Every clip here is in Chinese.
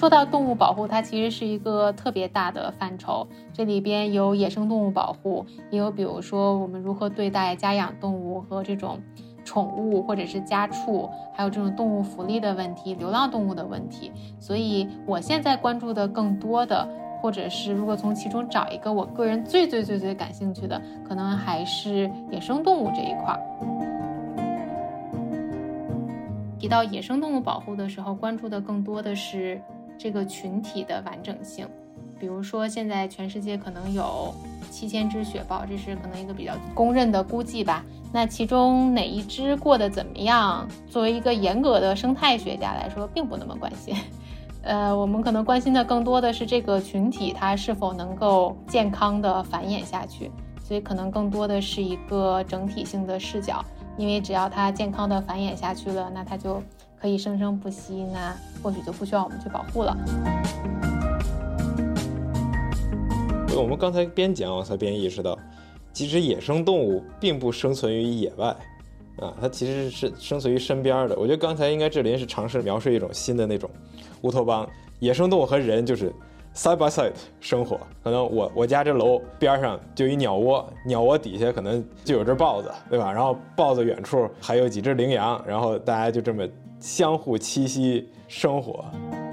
说到动物保护，它其实是一个特别大的范畴，这里边有野生动物保护，也有比如说我们如何对待家养动物和这种宠物或者是家畜，还有这种动物福利的问题，流浪动物的问题。所以我现在关注的更多的，或者是如果从其中找一个我个人最感兴趣的，可能还是野生动物这一块。提到野生动物保护的时候，关注的更多的是这个群体的完整性。比如说现在全世界可能有7000只雪豹，这是可能一个比较公认的估计吧。那其中哪一只过得怎么样，作为一个严格的生态学家来说并不那么关心。我们可能关心的更多的是这个群体它是否能够健康的繁衍下去，所以可能更多的是一个整体性的视角，因为只要它健康的繁衍下去了，那它就可以生生不息，那或许就不需要我们去保护了。 我们刚才边讲我才边意识到，其实野生动物并不生存于野外它其实是生存于身边的。我觉得刚才应该志林是尝试描述一种新的那种乌托邦，野生动物和人就是 side by side 生活。可能我家这楼边上就一鸟窝，鸟窝底下可能就有只豹子，对吧？然后豹子远处还有几只羚羊，然后大家就这么相互栖息生活。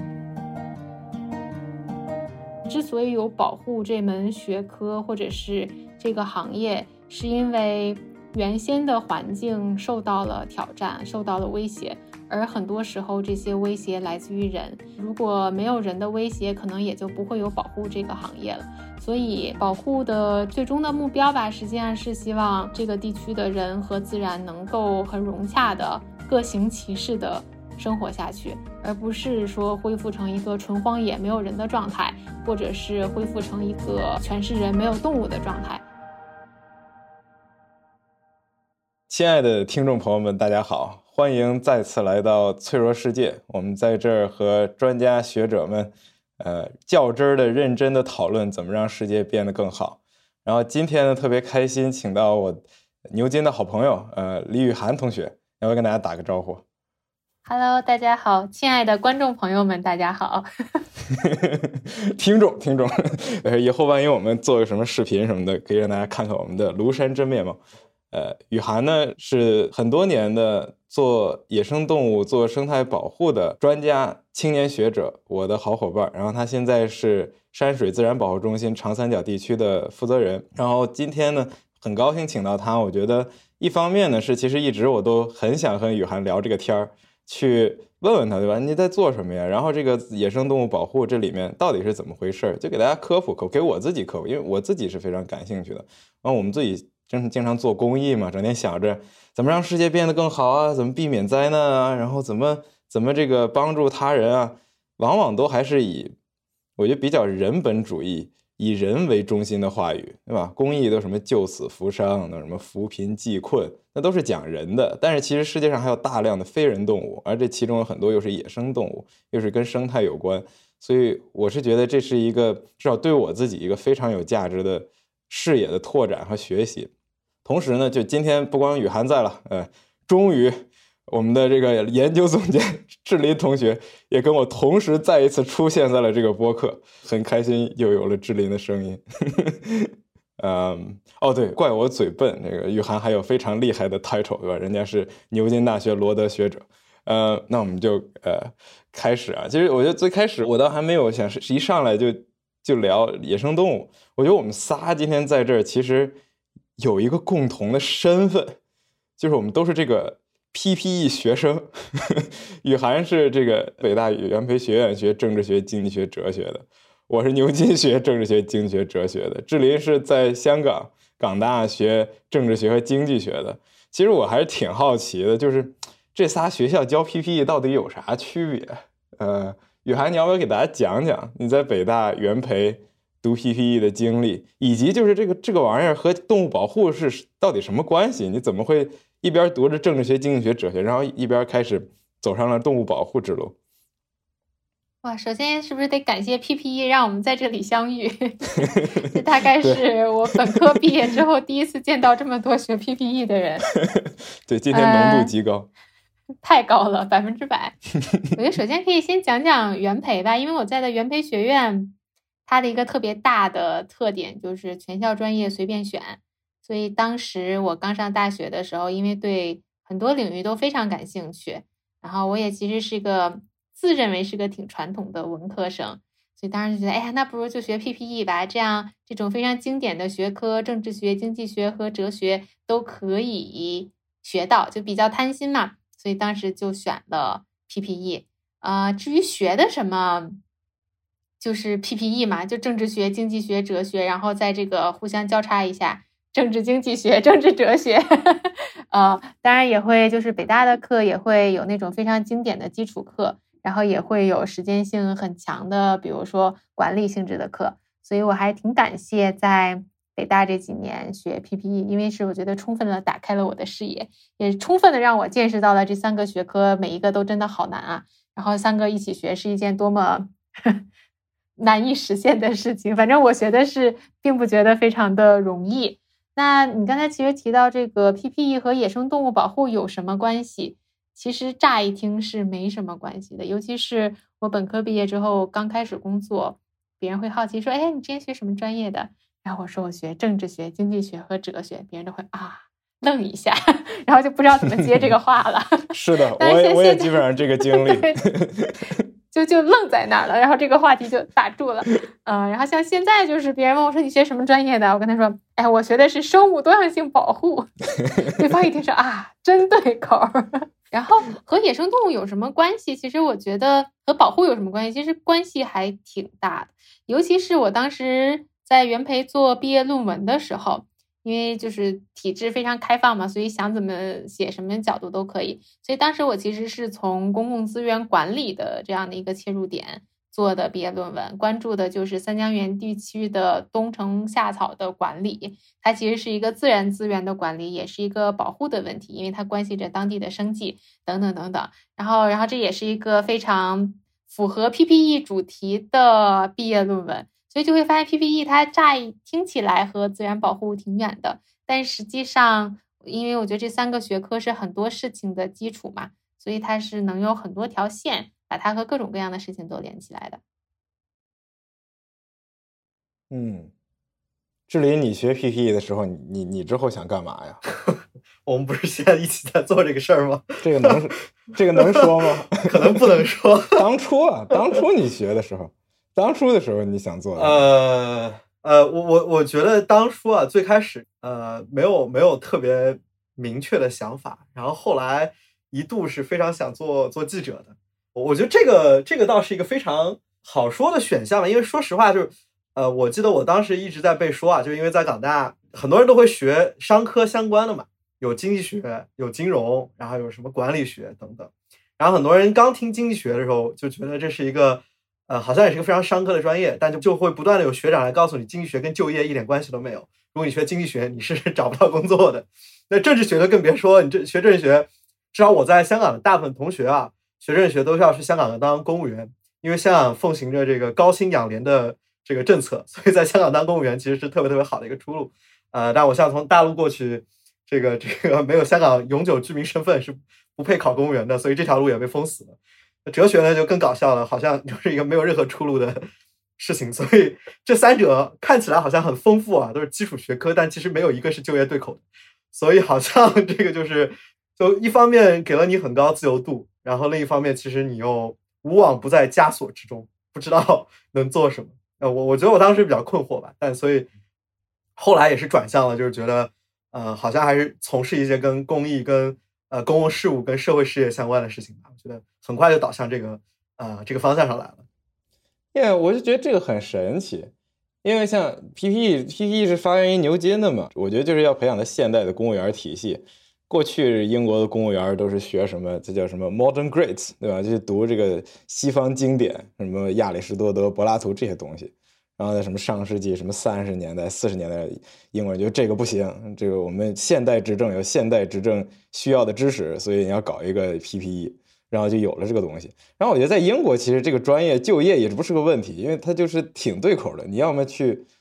之所以有保护这门学科或者是这个行业，是因为原先的环境受到了挑战，受到了威胁，而很多时候这些威胁来自于人。如果没有人的威胁，可能也就不会有保护这个行业了。所以保护的最终的目标吧，实际上是希望这个地区的人和自然能够很融洽的各行其事的生活下去，而不是说恢复成一个纯荒野没有人的状态，或者是恢复成一个全是人没有动物的状态。 亲爱的听众朋友们，大家好，欢迎再次来到脆弱世界。我们在这儿和专家学者们较真的认真的讨论怎么让世界变得更好。然后今天呢特别开心请到我牛津的好朋友李雨涵同学，要不要跟大家打个招呼？ Hello， 大家好，亲爱的观众朋友们，大家好。 听众以后万一我们做个什么视频什么的，可以让大家看看我们的庐山真面貌。雨涵呢是很多年的做野生动物做生态保护的专家青年学者，我的好伙伴。然后他现在是山水自然保护中心长三角地区的负责人。然后今天呢很高兴请到他，我觉得一方面呢是其实一直我都很想和雨涵聊这个天儿，去问问他，对吧？你在做什么呀？然后这个野生动物保护这里面到底是怎么回事？就给大家科普，给我自己科普，因为我自己是非常感兴趣的。然后我们自己经常做公益嘛，整天想着怎么让世界变得更好啊，怎么避免灾难啊，然后怎么这个帮助他人啊，往往都还是以我觉得比较人本主义，以人为中心的话语，对吧？公益都什么救死扶伤，那什么扶贫济困，那都是讲人的。但是其实世界上还有大量的非人动物，而这其中有很多又是野生动物，又是跟生态有关。所以我是觉得这是一个至少对我自己一个非常有价值的视野的拓展和学习。同时呢，就今天不光雨涵在了，终于我们的这个研究总监志林同学也跟我同时再一次出现在了这个播客，很开心又有了志林的声音。哦对，怪我嘴笨，这个雨涵还有非常厉害的 title， 对吧？人家是牛津大学罗德学者。那我们就开始啊。其实我觉得最开始我倒还没有想一上来就聊野生动物。我觉得我们仨今天在这儿其实有一个共同的身份，就是我们都是这个 PPE 学生。雨涵是这个北大元培学院学政治学、经济学、哲学的，我是牛津学政治学、经济学、哲学的，志林是在香港港大学政治学和经济学的。其实我还是挺好奇的，就是这仨学校教 PPE 到底有啥区别？雨涵，你要不要给大家讲讲你在北大元培读 PPE 的经历，以及就是这个玩意儿和动物保护是到底什么关系？你怎么会一边读着政治学、经济学、哲学，然后一边开始走上了动物保护之路？ 哇，首先是不是得感谢 PPE 让我们在这里相遇？这大概是我本科毕业之后第一次见到这么多学 PPE 的人。 对，今天浓度极高。 太高了，100%。我觉得首先可以先讲讲元培吧，因为我在的元培学院，它的一个特别大的特点就是全校专业随便选。所以当时我刚上大学的时候，因为对很多领域都非常感兴趣，然后我也其实是个自认为是个挺传统的文科生，所以当时就觉得，哎呀，那不如就学 PPE 吧，这样这种非常经典的学科，政治学、经济学和哲学都可以学到，就比较贪心嘛，所以当时就选了 PPE。至于学的什么，就是 PPE 嘛，就政治学、经济学、哲学，然后在这个互相交叉一下。政治经济学、政治哲学，当然也会就是北大的课也会有那种非常经典的基础课，然后也会有实践性很强的，比如说管理性质的课。所以我还挺感谢在北大这几年学 PPE， 因为是我觉得充分的打开了我的视野，也充分的让我见识到了这3个学科每一个都真的好难啊，然后3个一起学是一件多么难以实现的事情。反正我学的是并不觉得非常的容易。那你刚才其实提到这个 PPE 和野生动物保护有什么关系？其实乍一听是没什么关系的，尤其是我本科毕业之后刚开始工作，别人会好奇说，哎，你之前学什么专业的？然后我说我学政治学、经济学和哲学，别人都会愣一下，然后就不知道怎么接这个话了。 是的，我也基本上这个经历。 就愣在那儿了，然后这个话题就打住了。然后像现在就是别人问我说你学什么专业的，我跟他说，哎，我学的是生物多样性保护。对方一听说真对口。然后和野生动物有什么关系？其实我觉得和保护有什么关系？其实关系还挺大的，尤其是我当时在元培做毕业论文的时候。因为就是体制非常开放嘛，所以想怎么写什么角度都可以。所以当时我其实是从公共资源管理的这样的一个切入点做的毕业论文，关注的就是三江源地区的冬虫夏草的管理。它其实是一个自然资源的管理，也是一个保护的问题，因为它关系着当地的生计等等等等。然后这也是一个非常符合 PPE 主题的毕业论文。所以就会发现 PPE 它乍一听起来和自然保护挺远的，但实际上因为我觉得这3个学科是很多事情的基础嘛，所以它是能有很多条线把它和各种各样的事情都连起来的。 志林，你学 PPE 的时候，你之后想干嘛呀？ 我们不是现在一起在做这个事儿吗？ 这个能说吗？ 可能不能说。 当初你学的时候。当初的时候你想做的？ 我觉得当初最开始没有特别明确的想法，然后后来一度是非常想做记者的。我觉得这个倒是一个非常好说的选项吧，因为说实话就是我记得我当时一直在被说就是因为在港大很多人都会学商科相关的嘛，有经济学，有金融，然后有什么管理学等等，然后很多人刚听经济学的时候就觉得这是一个好像也是个非常商科的专业，但就会不断的有学长来告诉你，经济学跟就业一点关系都没有。如果你学经济学，你是找不到工作的。那政治学的更别说，你学政治学，至少我在香港的大部分同学学政治学都是要去香港当公务员，因为香港奉行着这个高薪养廉的这个政策，所以在香港当公务员其实是特别特别好的一个出路。但我像从大陆过去，这个没有香港永久居民身份是不配考公务员的，所以这条路也被封死了。哲学呢就更搞笑了，好像就是一个没有任何出路的事情，所以这3者看起来好像很丰富都是基础学科，但其实没有一个是就业对口的，所以好像这个就一方面给了你很高自由度，然后另一方面其实你又无往不在枷锁之中，不知道能做什么。我觉得我当时比较困惑吧，但所以后来也是转向了，就是觉得好像还是从事一些跟公益跟公共事务跟社会事业相关的事情吧，我觉得很快就导向这个方向上来了。 我就觉得这个很神奇，因为像 PPE 是发源于牛津的嘛，我觉得就是要培养的现代的公务员体系。过去英国的公务员都是学什么，这叫什么 modern greats， 对吧？就是读这个西方经典，什么亚里士多德、柏拉图这些东西。然后在什么上世纪什么30年代、40年代，英国人觉得这个不行，这个我们现代执政有现代执政需要的知识，所以你要搞一个 PPE， 然后就有了这个东西。然后我觉得在英国其实这个专业就业也不是个问题，因为它就是挺对口的，你要么去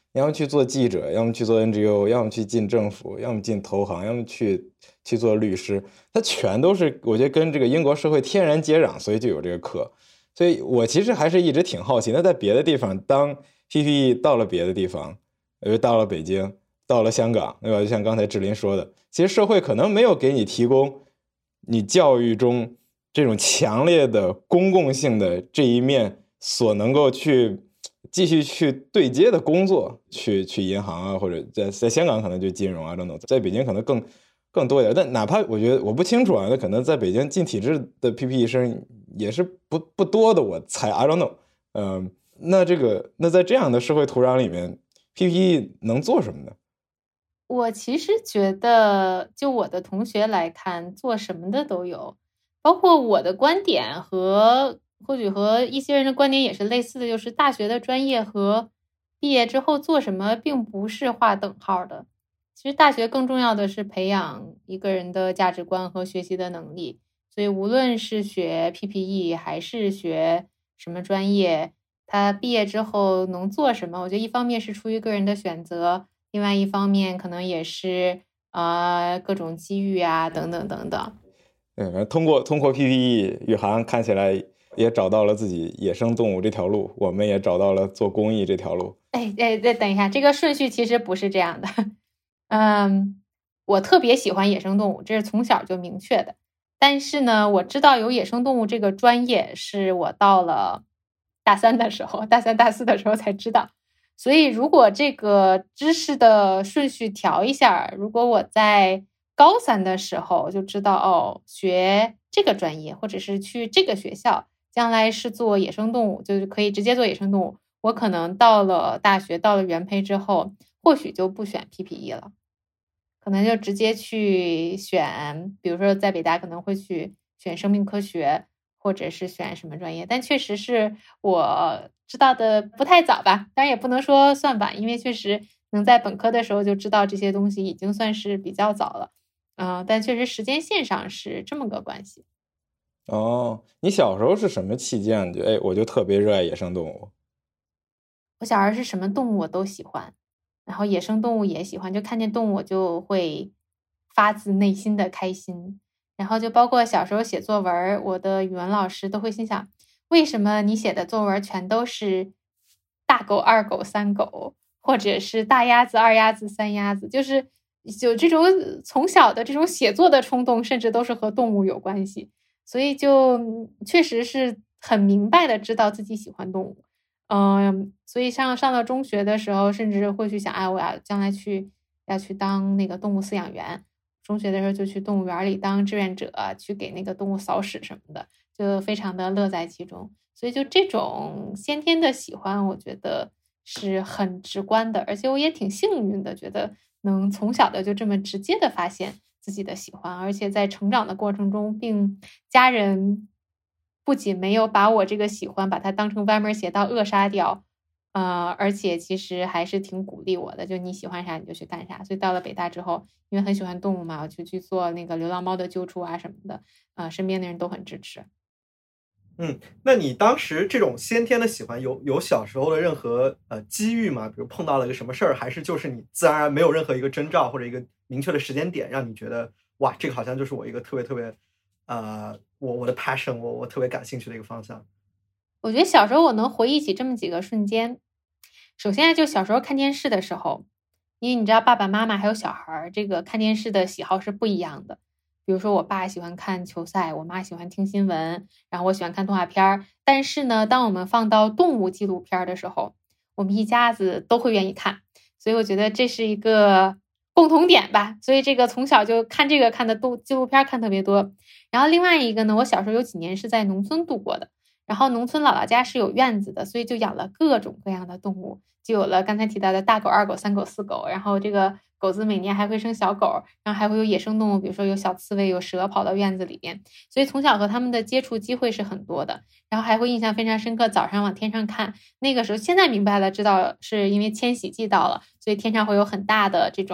要么去做记者，要么去做 NGO，要么去进政府，要么进投行，要么去做律师，它全都是我觉得跟这个英国社会天然接壤，所以就有这个课。所以我其实还是一直挺好奇，那在别的地方，当 PPE 到了别的地方，到了北京，到了香港，对吧？就像刚才志林说的，其实社会可能没有给你提供你教育中这种强烈的公共性的这一面所能够去继续去对接的工作，去银行啊，或者在香港可能就金融啊等等，在北京可能更多一点。但哪怕我觉得我不清楚啊，那可能在北京进体制的 PPE 生也是不多的，我猜 I don't know。那在这样的社会土壤里面 ，PPE 能做什么呢？ 我其实觉得，就我的同学来看，做什么的都有，包括我的观点或许和一些人的观点也是类似的，就是大学的专业和毕业之后做什么并不是划等号的。其实大学更重要的是培养一个人的价值观和学习的能力，所以无论是学 PPE 还是学什么专业，他毕业之后能做什么，我觉得一方面是出于个人的选择，另外一方面可能也是各种机遇啊等等等等。 通过 PPE， 宇涵看起来也找到了自己野生动物这条路，我们也找到了做公益这条路。 等一下，这个顺序其实不是这样的。我特别喜欢野生动物，这是从小就明确的。但是呢，我知道有野生动物这个专业，是我到了大三的时候，大三大四的时候才知道。所以如果这个知识的顺序调一下，如果我在高三的时候就知道学这个专业，或者是去这个学校，将来是做野生动物，就是可以直接做野生动物。我可能到了大学，到了元培之后，或许就不选 PPE 了，可能就直接去选，比如说在北大可能会去选生命科学，或者是选什么专业。但确实是我知道的不太早吧，当然也不能说算晚，因为确实能在本科的时候就知道这些东西已经算是比较早了。但确实时间线上是这么个关系。 你小时候是什么契机啊？我就特别热爱野生动物。 我小时候是什么动物我都喜欢，然后野生动物也喜欢，就看见动物我就会发自内心的开心。然后就包括小时候写作文，我的语文老师都会心想，为什么你写的作文全都是大狗、二狗、三狗，或者是大鸭子、二鸭子、三鸭子，就是有这种从小的这种写作的冲动，甚至都是和动物有关系。所以就确实是很明白的知道自己喜欢动物。所以上了中学的时候，甚至会去想，我要将来要去当那个动物饲养员。中学的时候就去动物园里当志愿者，去给那个动物扫屎什么的，就非常的乐在其中。所以就这种先天的喜欢，我觉得是很直观的，而且我也挺幸运的，觉得能从小的就这么直接的发现自己的喜欢，而且在成长的过程中，家人不仅没有把我这个喜欢把它当成歪门邪道扼杀掉，而且其实还是挺鼓励我的，就你喜欢啥你就去干啥。所以到了北大之后，因为很喜欢动物嘛，我就去做那个流浪猫的救助啊什么的，身边的人都很支持。 那你当时这种先天的喜欢有小时候的任何机遇吗？比如碰到了一个什么事儿，还是就是你自然而然没有任何一个征兆或者一个明确的时间点，让你觉得哇，这个好像就是我一个特别特别我的 passion， 我特别感兴趣的一个方向。 我觉得小时候我能回忆起这么几个瞬间。首先就小时候看电视的时候，因为你知道爸爸妈妈还有小孩这个看电视的喜好是不一样的。比如说我爸喜欢看球赛，我妈喜欢听新闻，然后我喜欢看动画片。但是呢，当我们放到动物纪录片的时候，我们一家子都会愿意看。所以我觉得这是一个共同点吧。所以这个从小就看这个看的纪录片看特别多。然后另外一个呢，我小时候有几年是在农村度过的。然后农村姥姥家是有院子的，所以就养了各种各样的动物，就有了刚才提到的大狗、二狗、三狗、四狗，然后这个狗子每年还会生小狗，然后还会有野生动物，比如说有小刺猬、有蛇跑到院子里边，所以从小和他们的接触机会是很多的。然后还会印象非常深刻，早上往天上看，那个时候现在明白了，知道是因为迁徙季到了，所以天上会有很大的这种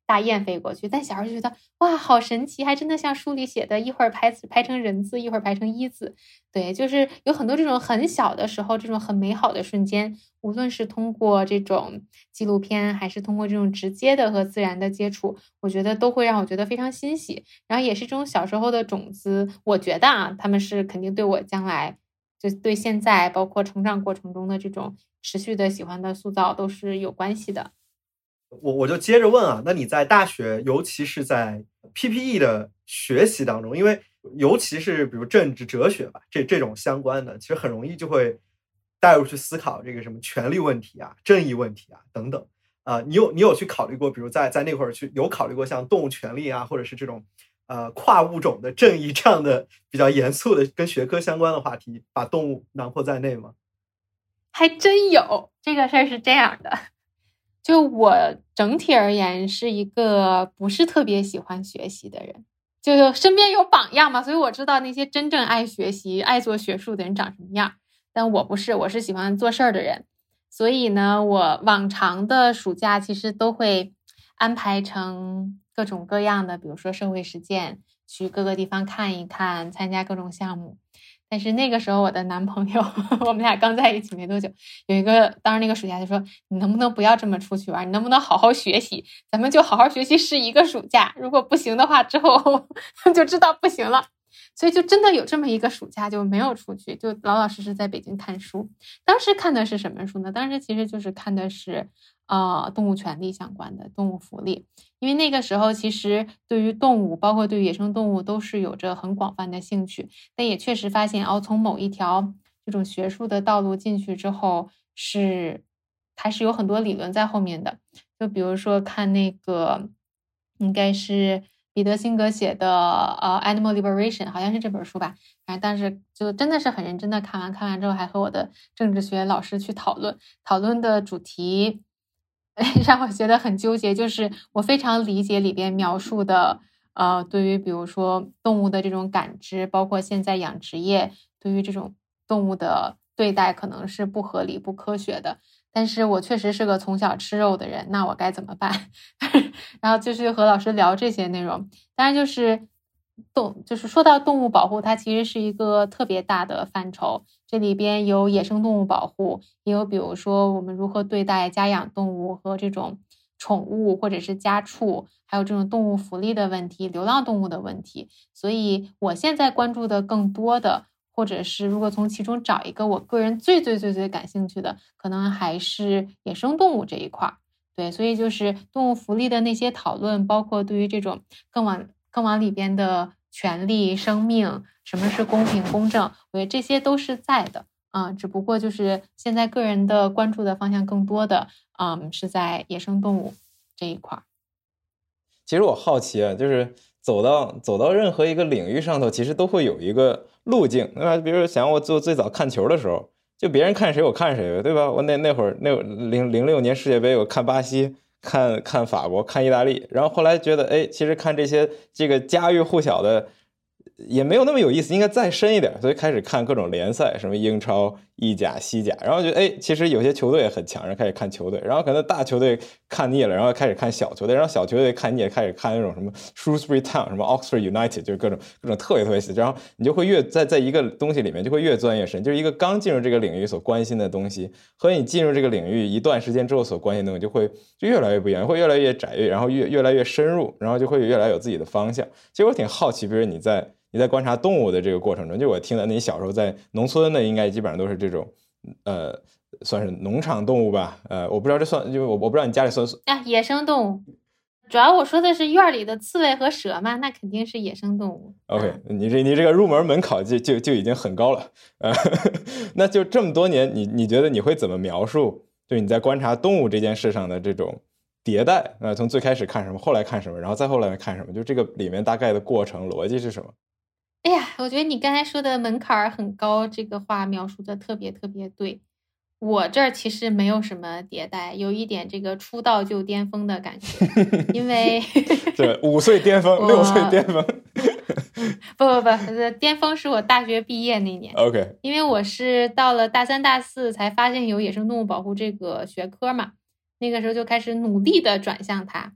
大雁飞过去，但小时候就觉得哇好神奇，还真的像书里写的，一会儿排成人字，一会儿排成一字。对，就是有很多这种很小的时候这种很美好的瞬间，无论是通过这种纪录片还是通过这种直接的和自然的接触，我觉得都会让我觉得非常欣喜，然后也是这种小时候的种子，我觉得啊他们是肯定对我将来就对现在包括成长过程中的这种持续的喜欢的塑造都是有关系的。 我就接着问啊，那你在大学，尤其是在 PPE 的学习当中，因为尤其是比如政治哲学吧，这种相关的，其实很容易就会带入去思考这个什么权力问题啊、正义问题啊等等啊、你有去考虑过，比如在那会儿有考虑过像动物权利啊，或者是这种跨物种的正义这样的比较严肃的跟学科相关的话题，把动物囊括在内吗？ 还真有，这个事儿是这样的。就我整体而言是一个不是特别喜欢学习的人，就身边有榜样嘛，所以我知道那些真正爱学习、爱做学术的人长什么样。但我不是，我是喜欢做事儿的人。所以呢，我往常的暑假其实都会安排成各种各样的，比如说社会实践，去各个地方看一看，参加各种项目。但是那个时候我的男朋友我们俩刚在一起没多久，有一个当时那个暑假就说，你能不能不要这么出去玩，你能不能好好学习，咱们就好好学习是一个暑假，如果不行的话之后就知道不行了。所以就真的有这么一个暑假就没有出去，就老老实实在北京看书。当时看的是什么书呢？当时其实就是看的是动物权利相关的动物福利，因为那个时候其实对于动物包括对于野生动物都是有着很广泛的兴趣，但也确实发现从某一条这种学术的道路进去之后还是有很多理论在后面的。就比如说看那个应该是彼得辛格写的Animal Liberation， 好像是这本书吧，反正当时就真的是很认真的看完之后还和我的政治学老师去讨论的主题让我觉得很纠结，就是我非常理解里边描述的对于比如说动物的这种感知，包括现在养殖业对于这种动物的对待可能是不合理不科学的，但是我确实是个从小吃肉的人，那我该怎么办然后就是和老师聊这些内容。当然就是说到动物保护，它其实是一个特别大的范畴，这里边有野生动物保护，也有比如说我们如何对待家养动物和这种宠物或者是家畜，还有这种动物福利的问题、流浪动物的问题。所以我现在关注的更多的，或者是如果从其中找一个我个人最感兴趣的，可能还是野生动物这一块。对，所以就是动物福利的那些讨论，包括对于这种更往里边的权利、生命，什么是公平公正，我觉得这些都是在的。只不过就是现在个人的关注的方向更多的是在野生动物这一块。 其实我好奇啊，就是走到任何一个领域上头，其实都会有一个路径，对吧？比如想我最早看球的时候，就别人看谁我看谁，对吧？我那会儿06年世界杯，我看巴西，看法国，看意大利，然后后来觉得，哎，其实看这个家喻户晓的也没有那么有意思，应该再深一点，所以开始看各种联赛，什么英超、意甲、西甲，然后觉得哎，其实有些球队也很强，然后开始看球队，然后可能大球队看腻了，然后开始看小球队，然后小球队看腻了，开始看那种什么 Shrewsbury Town、什么 Oxford United， 就是各种特别细，然后你就会越在一个东西里面就会越钻越深，就是一个刚进入这个领域所关心的东西和你进入这个领域一段时间之后所关心的东西就越来越不一样，会越来越窄，然后越来越深入，然后就会越来越有自己的方向。其实我挺好奇，比如你在观察动物的这个过程中，就我听的你小时候在农村的应该基本上都是这种算是农场动物吧，我不知道这算，就我不知道你家里算野生动物。主要我说的是院里的刺猬和蛇嘛，那肯定是野生动物。 OK，你这个入门门槛就已经很高了，那就这么多年，你觉得你会怎么描述？就你在观察动物这件事上的这种迭代，从最开始看什么，后来看什么，然后再后来看什么，就这个里面大概的过程逻辑是什么？ 哎呀，我觉得你刚才说的门槛很高，这个话描述的特别对。我这儿其实没有什么迭代，有一点这个出道就巅峰的感觉，因为对5岁巅峰，6岁巅峰， 不，巅峰是我大学毕业那年。 OK， 因为我是到了大3、大4才发现有野生动物保护这个学科嘛，那个时候就开始努力的转向它。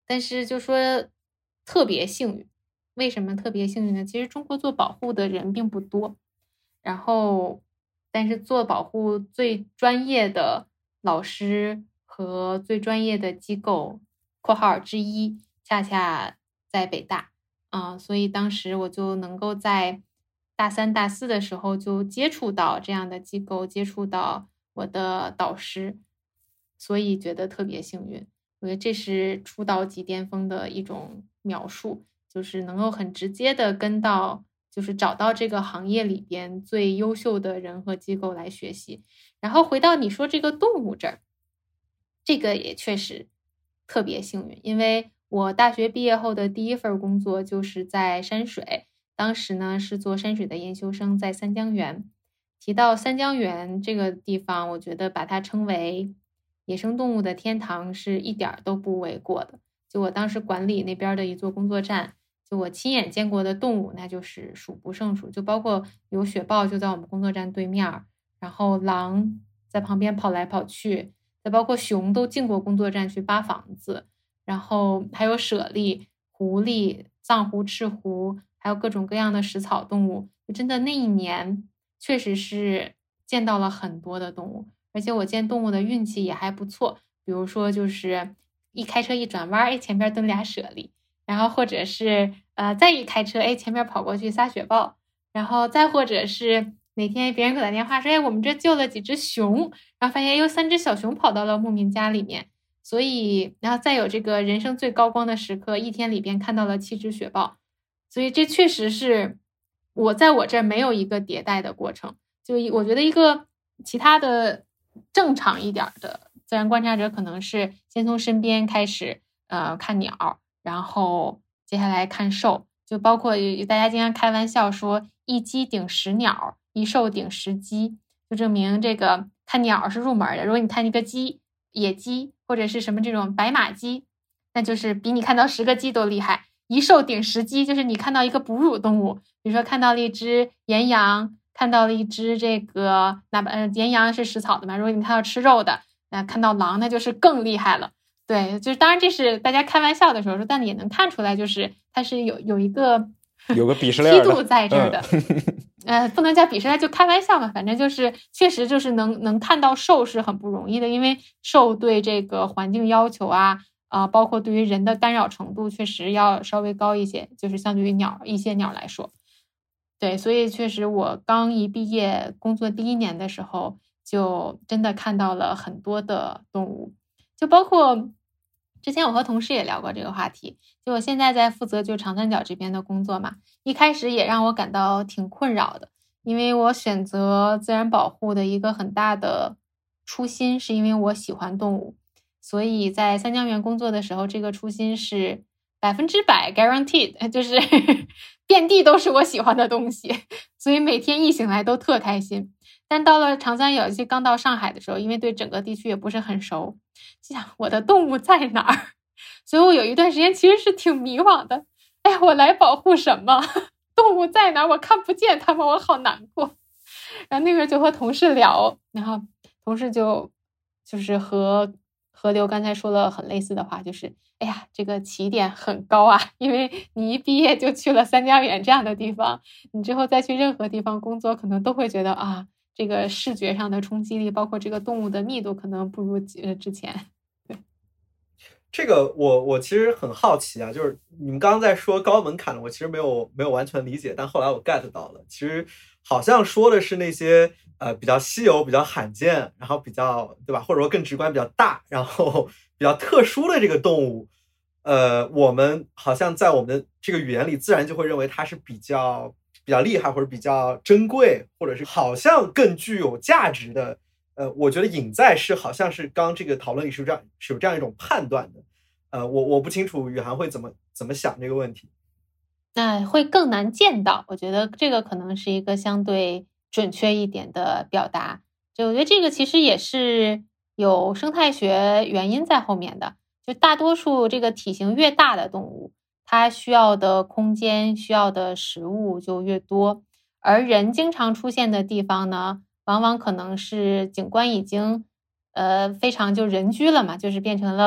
但是就说特别幸运，为什么特别幸运呢？其实中国做保护的人并不多，然后但是做保护最专业的老师和最专业的机构（括号之一）恰恰在北大所以当时我就能够在大3、大4的时候就接触到这样的机构，接触到我的导师，所以觉得特别幸运。我觉得这是出道即巅峰的一种描述，就是能够很直接的跟到，就是找到这个行业里边最优秀的人和机构来学习。然后回到你说这个动物这儿，这个也确实特别幸运，因为我大学毕业后的第一份工作就是在山水，当时呢是做山水的研究生，在三江源。提到三江源这个地方，我觉得把它称为野生动物的天堂是一点都不为过的。就我当时管理那边的一座工作站，就我亲眼见过的动物那就是数不胜数，就包括有雪豹就在我们工作站对面，然后狼在旁边跑来跑去，再包括熊都进过工作站去扒房子，然后还有猞猁、狐狸、藏狐、赤狐，还有各种各样的食草动物。就真的那一年确实是见到了很多的动物，而且我见动物的运气也还不错。比如说就是一开车一转弯，前边蹲俩猞猁，然后或者是再一开车，前面跑过去仨雪豹，然后再或者是哪天别人给我打电话说，我们这救了几只熊，然后发现有3只小熊跑到了牧民家里面。所以然后再有这个人生最高光的时刻，一天里边看到了7只雪豹。所以这确实是我在我这儿没有一个迭代的过程。就我觉得一个其他的正常一点的自然观察者可能是先从身边开始看鸟，然后接下来看兽，就包括大家经常开玩笑说一鸡顶10鸟，一兽顶10鸡，就证明这个看鸟是入门的。如果你看一个鸡，野鸡或者是什么这种白马鸡，那就是比你看到10个鸡都厉害。一兽顶10鸡，就是你看到一个哺乳动物，比如说看到了一只岩羊，看到了一只这个岩羊是食草的嘛，如果你看到吃肉的，那看到狼那就是更厉害了。对，就是当然这是大家开玩笑的时候说，但也能看出来，就是它是有一个鄙视链梯度在这儿的。不能叫鄙视链，就开玩笑嘛。反正就是确实就是能看到兽是很不容易的，因为兽对这个环境要求包括对于人的干扰程度确实要稍微高一些，就是相对于一些鸟来说。对，所以确实我刚一毕业工作第1年的时候，就真的看到了很多的动物，就包括之前我和同事也聊过这个话题。就我现在在负责就长三角这边的工作嘛，一开始也让我感到挺困扰的，因为我选择自然保护的一个很大的初心是因为我喜欢动物，所以在三江源工作的时候，这个初心是100% guaranteed， 就是遍地都是我喜欢的东西，所以每天一醒来都特开心。但到了长三角，刚到上海的时候，因为对整个地区也不是很熟，就想我的动物在哪儿？所以我有一段时间其实是挺迷惘的。我来保护什么？动物在哪儿？我看不见它们，我好难过。然后那个就和同事聊，然后同事就是和刘刚才说了很类似的话，就是这个起点很高啊，因为你一毕业就去了三江源这样的地方，你之后再去任何地方工作，可能都会觉得这个视觉上的冲击力，包括这个动物的密度，可能不如之前。对， 这个我其实很好奇啊，就是你们刚刚在说高门槛，我其实没有完全理解，但后来我 get 到了，其实好像说的是那些比较稀有、比较罕见，然后比较对吧，或者说更直观比较大，然后比较特殊的这个动物，我们好像在我们的这个语言里自然就会认为它是比较厉害，或者比较珍贵，或者是好像更具有价值的。我觉得隐在是好像是刚这个讨论里是有这样一种判断的。我不清楚雨涵会怎么想这个问题。 那会更难见到，我觉得这个可能是一个相对准确一点的表达。就我觉得这个其实也是有生态学原因在后面的。就大多数这个体型越大的动物，它需要的空间、需要的食物就越多，而人经常出现的地方呢，往往可能是景观已经非常就人居了嘛，就是变成了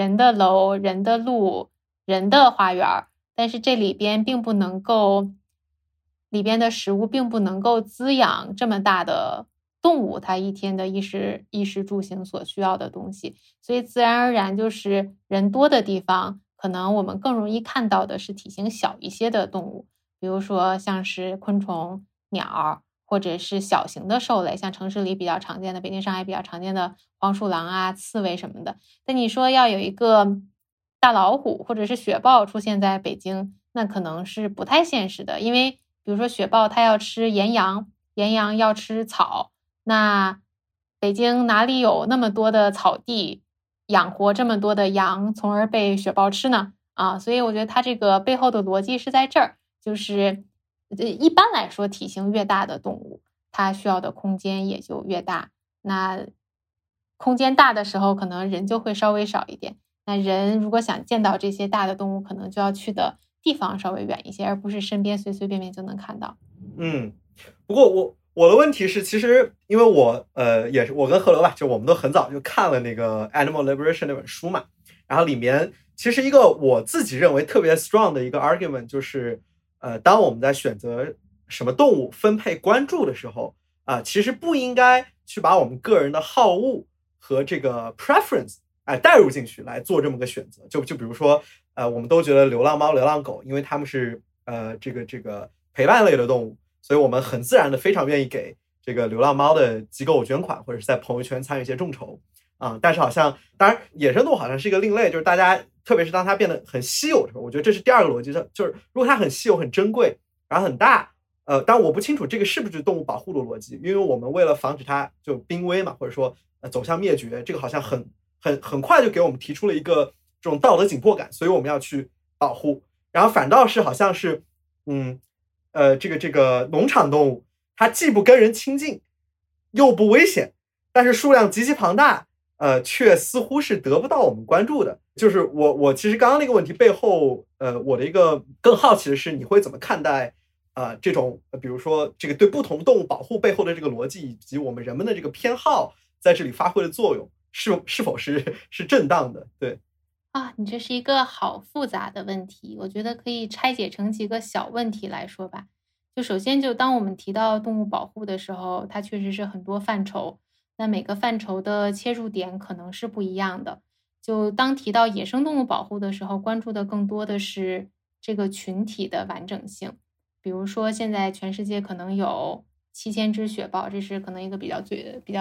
人的楼、人的路、人的花园，但是这里边并不能够，里边的食物并不能够滋养这么大的动物它一天的衣食住行所需要的东西，所以自然而然就是人多的地方，可能我们更容易看到的是体型小一些的动物，比如说像是昆虫、鸟，或者是小型的兽类，像城市里比较常见的，北京、上海比较常见的黄鼠狼啊、刺猬什么的。但你说要有一个大老虎或者是雪豹出现在北京，那可能是不太现实的，因为比如说雪豹它要吃岩羊，岩羊要吃草，那北京哪里有那么多的草地养活这么多的羊，从而被雪豹吃呢？所以我觉得它这个背后的逻辑是在这儿，就是一般来说体型越大的动物，它需要的空间也就越大。那空间大的时候，可能人就会稍微少一点。那人如果想见到这些大的动物，可能就要去的地方稍微远一些，而不是身边随随便便就能看到。 不过我的问题是，其实因为我也是我跟河流吧，就我们都很早就看了那个 Animal Liberation 那本书嘛，然后里面其实一个我自己认为特别 strong 的一个 argument 就是当我们在选择什么动物分配关注的时候其实不应该去把我们个人的好恶和这个 preference带入进去来做这么个选择。就比如说我们都觉得流浪猫、流浪狗，因为它们是这个陪伴类的动物，所以我们很自然的非常愿意给这个流浪猫的机构捐款，或者是在朋友圈参与一些众筹但是好像当然野生动物好像是一个另类，就是大家特别是当它变得很稀有的时候，我觉得这是第二个逻辑，就是如果它很稀有、很珍贵，然后很大当然我不清楚这个是不是动物保护的逻辑，因为我们为了防止它就濒危嘛，或者说走向灭绝，这个好像很快就给我们提出了一个这种道德紧迫感，所以我们要去保护。然后反倒是好像是这个农场动物，它既不跟人亲近，又不危险，但是数量极其庞大，却似乎是得不到我们关注的。就是我其实刚刚那个问题背后，我的一个更好奇的是，你会怎么看待这种比如说这个对不同动物保护背后的这个逻辑，以及我们人们的这个偏好在这里发挥的作用，是否是正当的？对。 你这是一个好复杂的问题，我觉得可以拆解成几个小问题来说吧。就首先，就当我们提到动物保护的时候，它确实是很多范畴，那每个范畴的切入点可能是不一样的。就当提到野生动物保护的时候，关注的更多的是这个群体的完整性。比如说，现在全世界可能有7000只雪豹，这是可能一个比较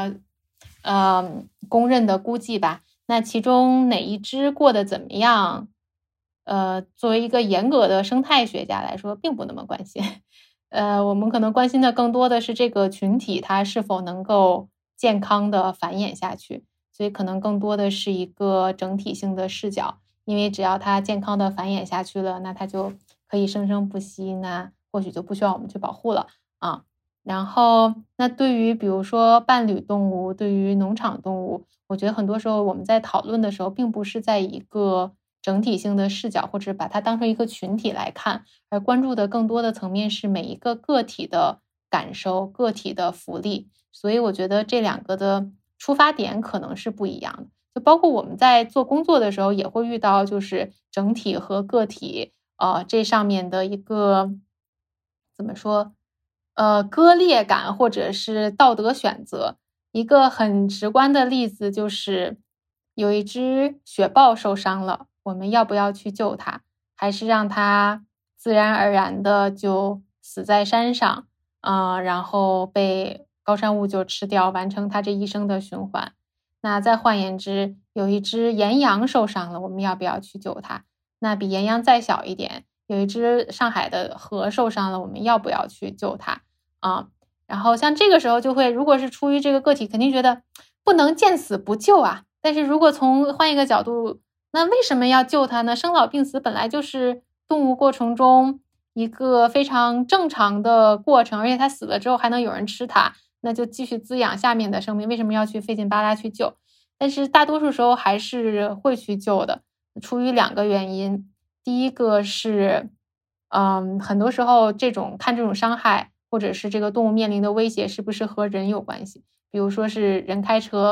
公认的估计吧。那其中哪一只过得怎么样？作为一个严格的生态学家来说，并不那么关心。我们可能关心的更多的是这个群体它是否能够健康的繁衍下去，所以可能更多的是一个整体性的视角。因为只要它健康的繁衍下去了，那它就可以生生不息，那或许就不需要我们去保护了然后那对于比如说伴侣动物，对于农场动物，我觉得很多时候我们在讨论的时候，并不是在一个整体性的视角，或者把它当成一个群体来看，而关注的更多的层面是每一个个体的感受、个体的福利。所以我觉得这两个的出发点可能是不一样的。就包括我们在做工作的时候，也会遇到就是整体和个体这上面的一个怎么说割裂感或者是道德选择。一个很直观的例子就是有一只雪豹受伤了，我们要不要去救它，还是让它自然而然的就死在山上然后被高山物就吃掉，完成它这一生的循环。那再换言之，有一只岩羊受伤了，我们要不要去救它？那比岩羊再小一点，有一只上海的河受伤了，我们要不要去救它然后像这个时候就会，如果是出于这个个体，肯定觉得不能见死不救啊。但是如果换一个角度，那为什么要救它呢？生老病死本来就是动物过程中一个非常正常的过程，而且它死了之后还能有人吃它，那就继续滋养下面的生命，为什么要去费劲巴拉去救？但是大多数时候还是会去救的，出于2个原因。第一个是很多时候这种伤害或者是这个动物面临的威胁是不是和人有关系，比如说是人开车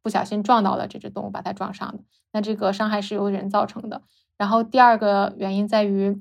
不小心撞到了这只动物，把它撞伤的，那这个伤害是由人造成的。然后第二个原因在于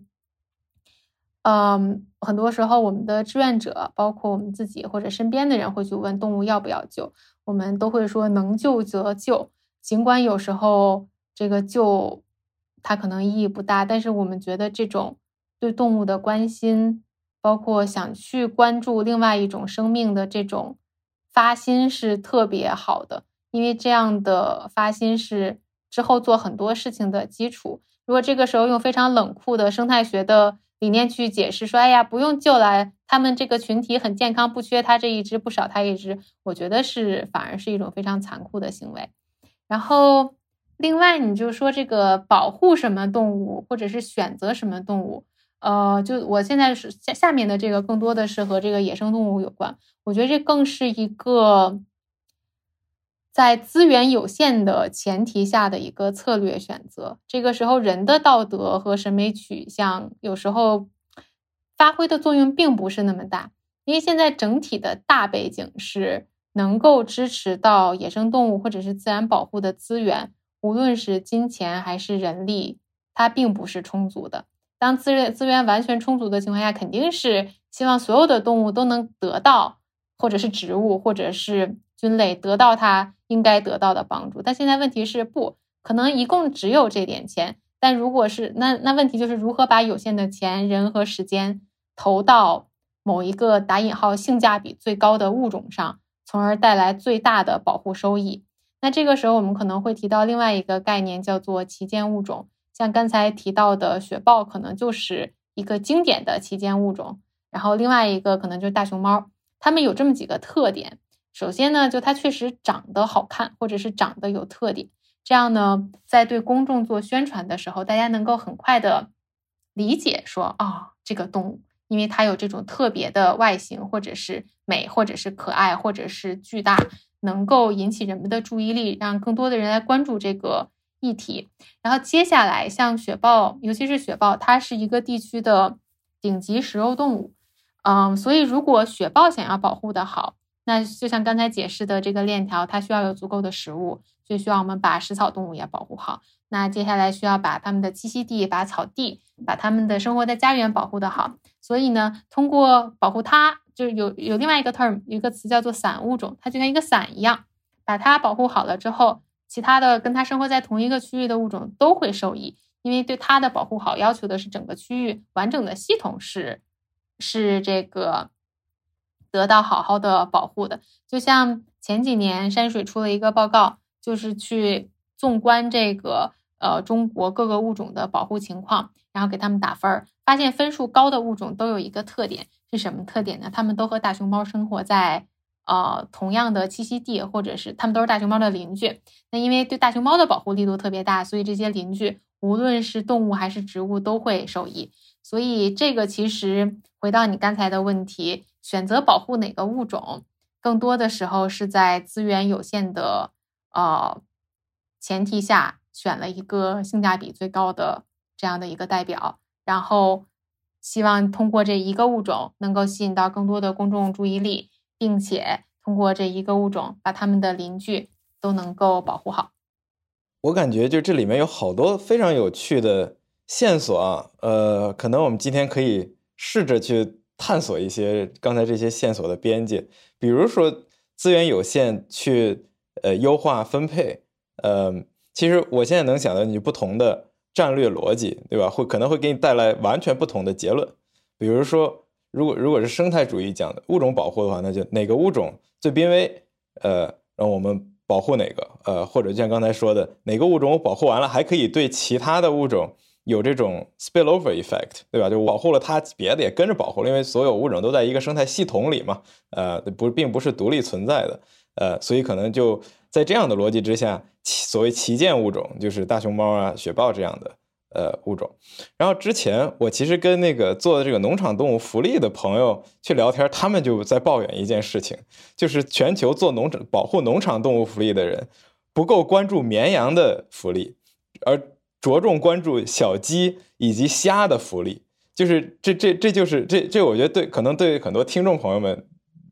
很多时候我们的志愿者包括我们自己或者身边的人会去问动物要不要救，我们都会说能救则救，尽管有时候这个救它可能意义不大，但是我们觉得这种对动物的关心，包括想去关注另外一种生命的这种发心是特别好的，因为这样的发心是之后做很多事情的基础。如果这个时候用非常冷酷的生态学的理念去解释说，哎呀，不用救了，他们这个群体很健康，不缺他这一只，不少他一只，我觉得反而是一种非常残酷的行为。然后另外你就说这个保护什么动物或者是选择什么动物，就我现在是下面的这个更多的是和这个野生动物有关，我觉得这更是一个在资源有限的前提下的一个策略选择。这个时候人的道德和审美取向有时候发挥的作用并不是那么大，因为现在整体的大背景是能够支持到野生动物或者是自然保护的资源，无论是金钱还是人力，它并不是充足的。当资源完全充足的情况下，肯定是希望所有的动物都能得到，或者是植物或者是菌类得到它应该得到的帮助。但现在问题是不可能一共只有这点钱，但如果是那问题就是如何把有限的钱人和时间投到某一个打引号性价比最高的物种上，从而带来最大的保护收益。那这个时候我们可能会提到另外一个概念叫做旗舰物种，像刚才提到的雪豹可能就是一个经典的旗舰物种，然后另外一个可能就是大熊猫。它们有这么几个特点，首先呢，就它确实长得好看，或者是长得有特点，这样呢，在对公众做宣传的时候，大家能够很快的理解说，这个动物因为它有这种特别的外形，或者是美，或者是可爱，或者是巨大，能够引起人们的注意力，让更多的人来关注这个议题。然后接下来像雪豹，尤其是雪豹，它是一个地区的顶级食肉动物，所以如果雪豹想要保护的好，那就像刚才解释的这个链条，它需要有足够的食物，所以需要我们把食草动物也保护好。那接下来需要把它们的栖息地、把草地、把它们的生活的家园保护得好。所以呢，通过保护它，就是有另外一个 term， 有一个词叫做伞物种，它就像一个伞一样，把它保护好了之后，其他的跟它生活在同一个区域的物种都会受益，因为对它的保护好要求的是整个区域完整的系统是这个得到好好的保护的。就像前几年山水出了一个报告，就是去纵观这个中国各个物种的保护情况，然后给他们打分，发现分数高的物种都有一个特点，是什么特点呢？他们都和大熊猫生活在同样的栖息地，或者是他们都是大熊猫的邻居。那因为对大熊猫的保护力度特别大，所以这些邻居无论是动物还是植物都会受益。所以这个其实回到你刚才的问题，选择保护哪个物种，更多的时候是在资源有限的前提下，选了一个性价比最高的这样的一个代表，然后希望通过这一个物种能够吸引到更多的公众注意力，并且通过这一个物种把他们的邻居都能够保护好。 我感觉就这里面有好多非常有趣的线索啊，可能我们今天可以试着去探索一些刚才这些线索的边界，比如说资源有限去优化分配，其实我现在能想到你不同的战略逻辑，对吧？可能会给你带来完全不同的结论。比如说，如果是生态主义讲的物种保护的话，那就哪个物种最濒危，让我们保护哪个，或者就像刚才说的，哪个物种我保护完了，还可以对其他的物种有这种 spillover effect， 对吧？就保护了它，别的也跟着保护了，因为所有物种都在一个生态系统里嘛，并不是独立存在的，所以可能就在这样的逻辑之下，所谓旗舰物种就是大熊猫啊、雪豹这样的物种。然后之前我其实跟那个做这个农场动物福利的朋友去聊天，他们就在抱怨一件事情，就是全球做保护农场动物福利的人不够关注绵羊的福利，而着重关注小鸡以及虾的福利。就是这我觉得可能对很多听众朋友们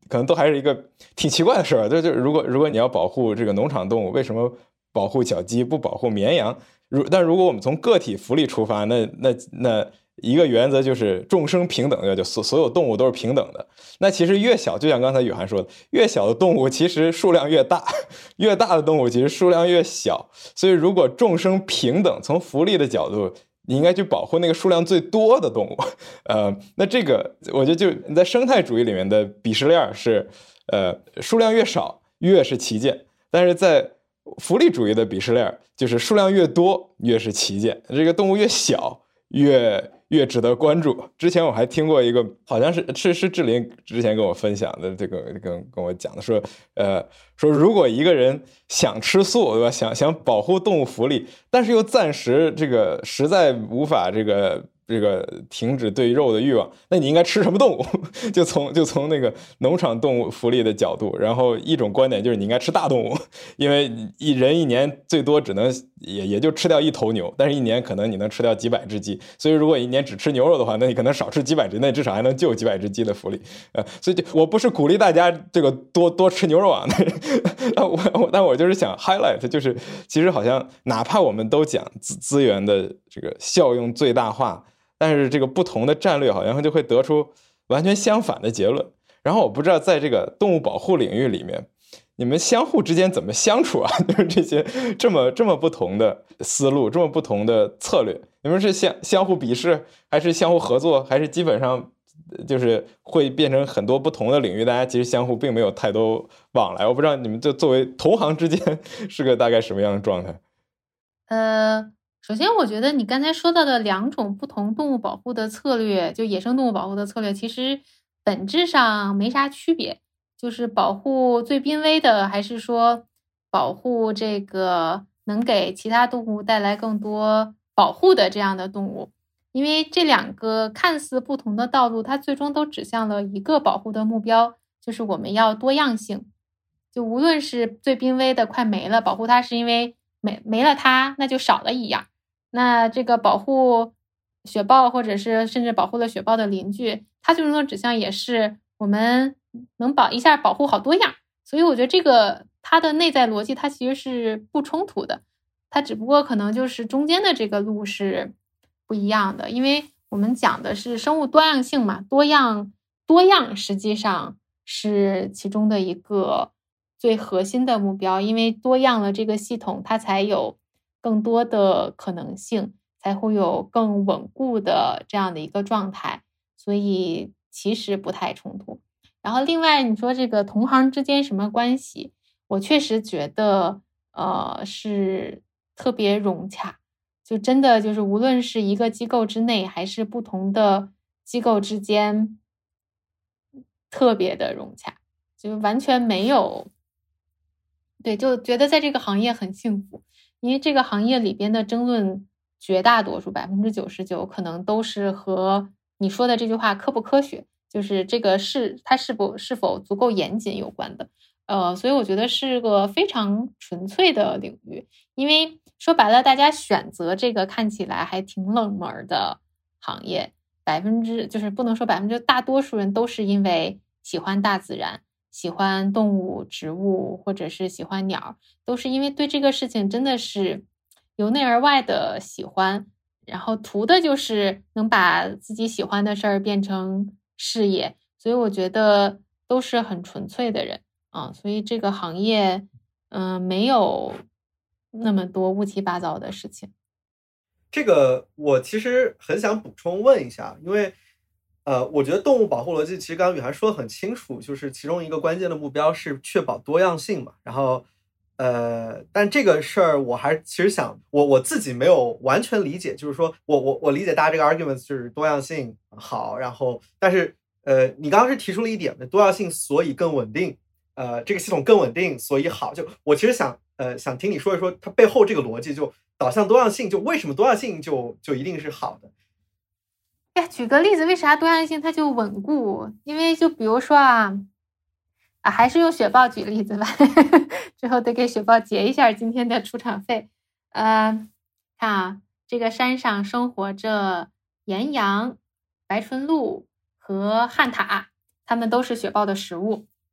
可能都还是一个挺奇怪的事儿。就如果你要保护这个农场动物，为什么保护小鸡不保护绵羊？但如果我们从个体福利出发，那一个原则就是众生平等，就所有动物都是平等的。那其实越小，就像刚才雨涵说的，越小的动物其实数量越大，越大的动物其实数量越小。所以如果众生平等，从福利的角度，你应该去保护那个数量最多的动物。那这个我觉得就在生态主义里面的鄙视链是，数量越少越是旗舰，但是在福利主义的鄙视链就是数量越多越是旗舰，这个动物越小越值得关注。之前我还听过一个，好像是志林之前跟我分享的，这个跟我讲的说如果一个人想吃素，对吧？想保护动物福利，但是又暂时这个实在无法这个停止对肉的欲望，那你应该吃什么动物？就从那个农场动物福利的角度，然后一种观点就是你应该吃大动物，因为人一年最多只能也就吃掉1头牛，但是一年可能你能吃掉几百只鸡，所以如果一年只吃牛肉的话，那你可能少吃几百只，那至少还能救几百只鸡的福利。所以我不是鼓励大家这个多吃牛肉啊，但我就是想 highlight， 就是其实好像哪怕我们都讲资源的这个效用最大化，但是这个不同的战略好像就会得出完全相反的结论。然后我不知道在这个动物保护领域里面，你们相互之间怎么相处啊？就是这些这么不同的思路，这么不同的策略，你们是相互鄙视，还是相互合作，还是基本上就是会变成很多不同的领域，大家其实相互并没有太多往来？我不知道你们就作为同行之间是个大概什么样的状态？ 首先我觉得你刚才说到的2种不同动物保护的策略，就野生动物保护的策略，其实本质上没啥区别，就是保护最濒危的，还是说保护这个能给其他动物带来更多保护的这样的动物。因为这2个看似不同的道路，它最终都指向了一个保护的目标，就是我们要多样性。就无论是最濒危的快没了，保护它是因为没了它，那就少了一样。那这个保护雪豹，或者是甚至保护了雪豹的邻居，它最终的指向也是我们能一下保护好多样。所以我觉得这个它的内在逻辑它其实是不冲突的，它只不过可能就是中间的这个路是不一样的。因为我们讲的是生物多样性嘛，多样实际上是其中的一个最核心的目标，因为多样了这个系统它才有更多的可能性，才会有更稳固的这样的一个状态，所以其实不太冲突。然后另外你说这个同行之间什么关系，我确实觉得是特别融洽，就真的就是无论是一个机构之内还是不同的机构之间特别的融洽，就完全没有，对，就觉得在这个行业很幸福。因为这个行业里边的争论绝大多数99%可能都是和你说的这句话科不科学，就是这个它是否足够严谨有关的。所以我觉得是个非常纯粹的领域。因为说白了，大家选择这个看起来还挺冷门的行业，就是不能说大多数人都是因为喜欢大自然，喜欢动物、植物，或者是喜欢鸟，都是因为对这个事情真的是由内而外的喜欢，然后图的就是能把自己喜欢的事儿变成事业。所以我觉得都是很纯粹的人啊，所以这个行业没有那么多乌七八糟的事情。 这个我其实很想补充问一下，因为我觉得动物保护逻辑其实刚刚雨涵说得很清楚，就是其中一个关键的目标是确保多样性嘛。然后但这个事儿我还其实想我自己没有完全理解，就是说我理解大家这个 argument 就是多样性好，然后但是你刚刚是提出了一点的多样性所以更稳定，这个系统更稳定所以好，就我其实想听你说一说它背后这个逻辑，就导向多样性，就为什么多样性就一定是好的。 举个例子，为啥多样性它就稳固？因为就比如说还是用雪豹举例子吧，之后得给雪豹结一下今天的出场费。看啊，这个山上生活着岩羊、白唇鹿和旱獭，它们都是雪豹的食物。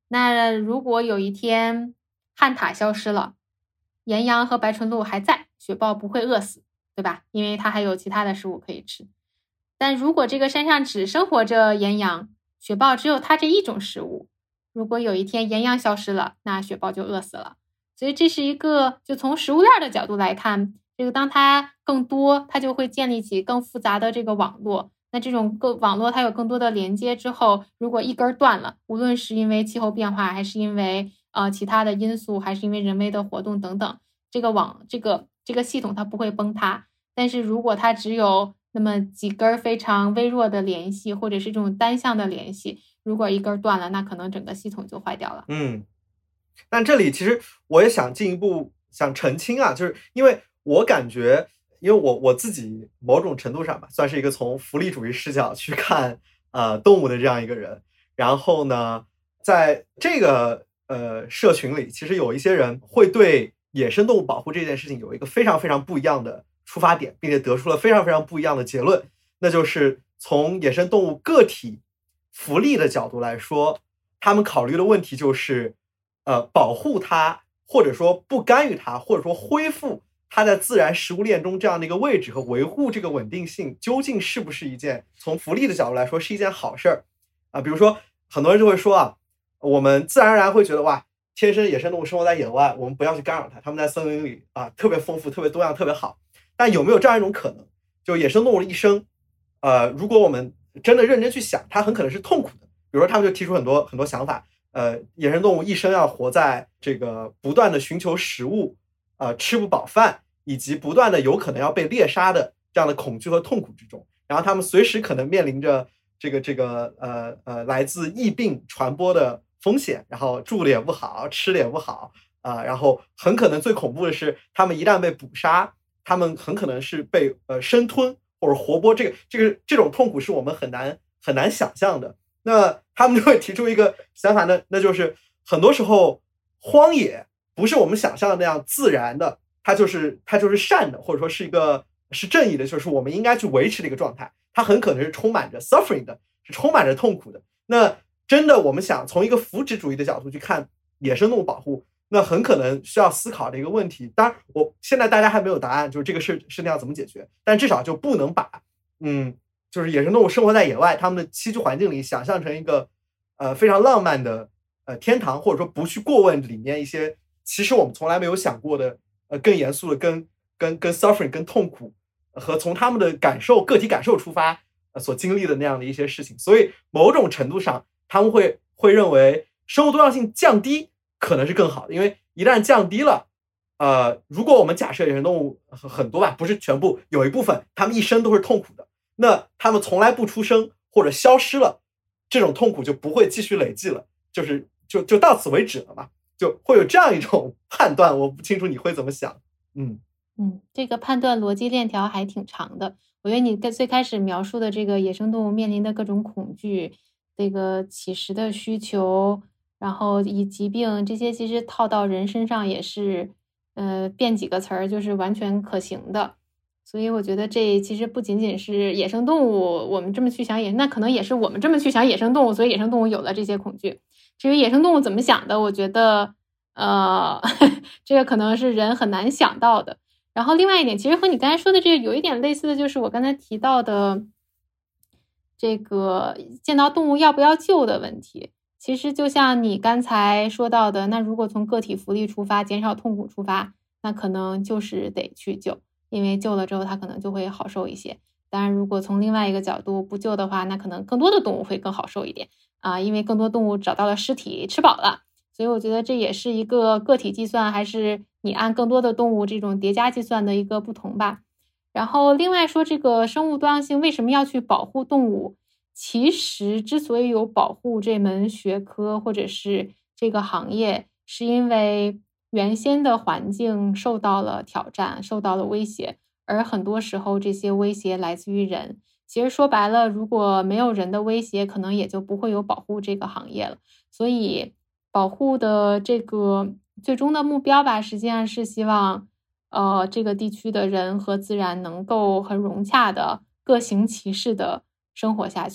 那如果有一天旱獭消失了，岩羊和白唇鹿还在，雪豹不会饿死，对吧？因为它还有其他的食物可以吃。但如果这个山上只生活着岩羊，雪豹只有它这一种食物，如果有一天岩羊消失了，那雪豹就饿死了。所以这是一个，就从食物链的角度来看，这个当它更多，它就会建立起更复杂的这个网络。那这种网络它有更多的连接之后，如果一根断了，无论是因为气候变化，还是因为其他的因素，还是因为人为的活动等等，这个系统它不会崩塌。但是如果它只有那么几根非常微弱的联系，或者是这种单向的联系，如果一根断了，那可能整个系统就坏掉了。 但这里其实我也想进一步想澄清啊，就是因为我感觉，因为我自己某种程度上吧，算是一个从福利主义视角去看动物的这样一个人。然后呢，在这个社群里，其实有一些人会对野生动物保护这件事情有一个非常非常不一样的出发点，并且得出了非常非常不一样的结论，那就是从野生动物个体福利的角度来说，他们考虑的问题就是保护它，或者说不干预它，或者说恢复它在自然食物链中这样的一个位置和维护这个稳定性，究竟是不是一件从福利的角度来说是一件好事儿啊？比如说很多人就会说啊，我们自然而然会觉得哇，天生野生动物生活在野外，我们不要去干扰它，它们在森林里啊特别丰富、特别多样、特别好。但有没有这样一种可能，就野生动物的一生，如果我们真的认真去想，它很可能是痛苦的。比如说他们就提出很多很多想法，野生动物一生要活在这个不断的寻求食物，吃不饱饭，以及不断的有可能要被猎杀的这样的恐惧和痛苦之中。然后他们随时可能面临着来自疫病传播的风险，然后住的也不好，吃的也不好然后很可能最恐怖的是，他们一旦被捕杀，他们很可能是被生吞或者活剥，这种痛苦是我们很难想象的。那他们就会提出一个想法呢，那就是很多时候荒野不是我们想象的那样自然的，它就是善的，或者说是正义的，就是我们应该去维持的一个状态。它很可能是充满着 suffering 的，是充满着痛苦的。那真的我们想从一个福祉主义的角度去看野生动物保护，那很可能需要思考的一个问题，当然我现在大家还没有答案，就是这个事情要怎么解决，但至少就不能把就是野生动物生活在野外，它们的栖居环境里想象成一个非常浪漫的天堂，或者说不去过问里面一些其实我们从来没有想过的更严肃的跟 suffering 跟痛苦和从他们的个体感受出发所经历的那样的一些事情。所以某种程度上他们会认为生物多样性降低可能是更好的，因为一旦降低了如果我们假设野生动物很多吧，不是全部，有一部分他们一生都是痛苦的，那他们从来不出生或者消失了，这种痛苦就不会继续累积了，就到此为止了嘛，就会有这样一种判断。我不清楚你会怎么想。 这个判断逻辑链条还挺长的。我觉得你最开始描述的这个野生动物面临的各种恐惧，这个起食的需求，然后以疾病这些，其实套到人身上也是变几个词儿就是完全可行的。所以我觉得这其实不仅仅是野生动物我们这么去想那可能也是我们这么去想野生动物，所以野生动物有了这些恐惧。至于野生动物怎么想的，我觉得这个可能是人很难想到的。然后另外一点，其实和你刚才说的这个有一点类似的，就是我刚才提到的这个见到动物要不要救的问题。其实就像你刚才说到的，那如果从个体福利出发，减少痛苦出发，那可能就是得去救，因为救了之后它可能就会好受一些。当然如果从另外一个角度不救的话，那可能更多的动物会更好受一点因为更多动物找到了尸体吃饱了。所以我觉得这也是一个个体计算还是你按更多的动物这种叠加计算的一个不同吧。然后另外说这个生物多样性为什么要去保护动物，其实之所以有保护这门学科或者是这个行业，是因为原先的环境受到了挑战，受到了威胁，而很多时候这些威胁来自于人。其实说白了，如果没有人的威胁，可能也就不会有保护这个行业了。所以保护的这个最终的目标吧，实际上是希望这个地区的人和自然能够很融洽的各行其事的生活下去，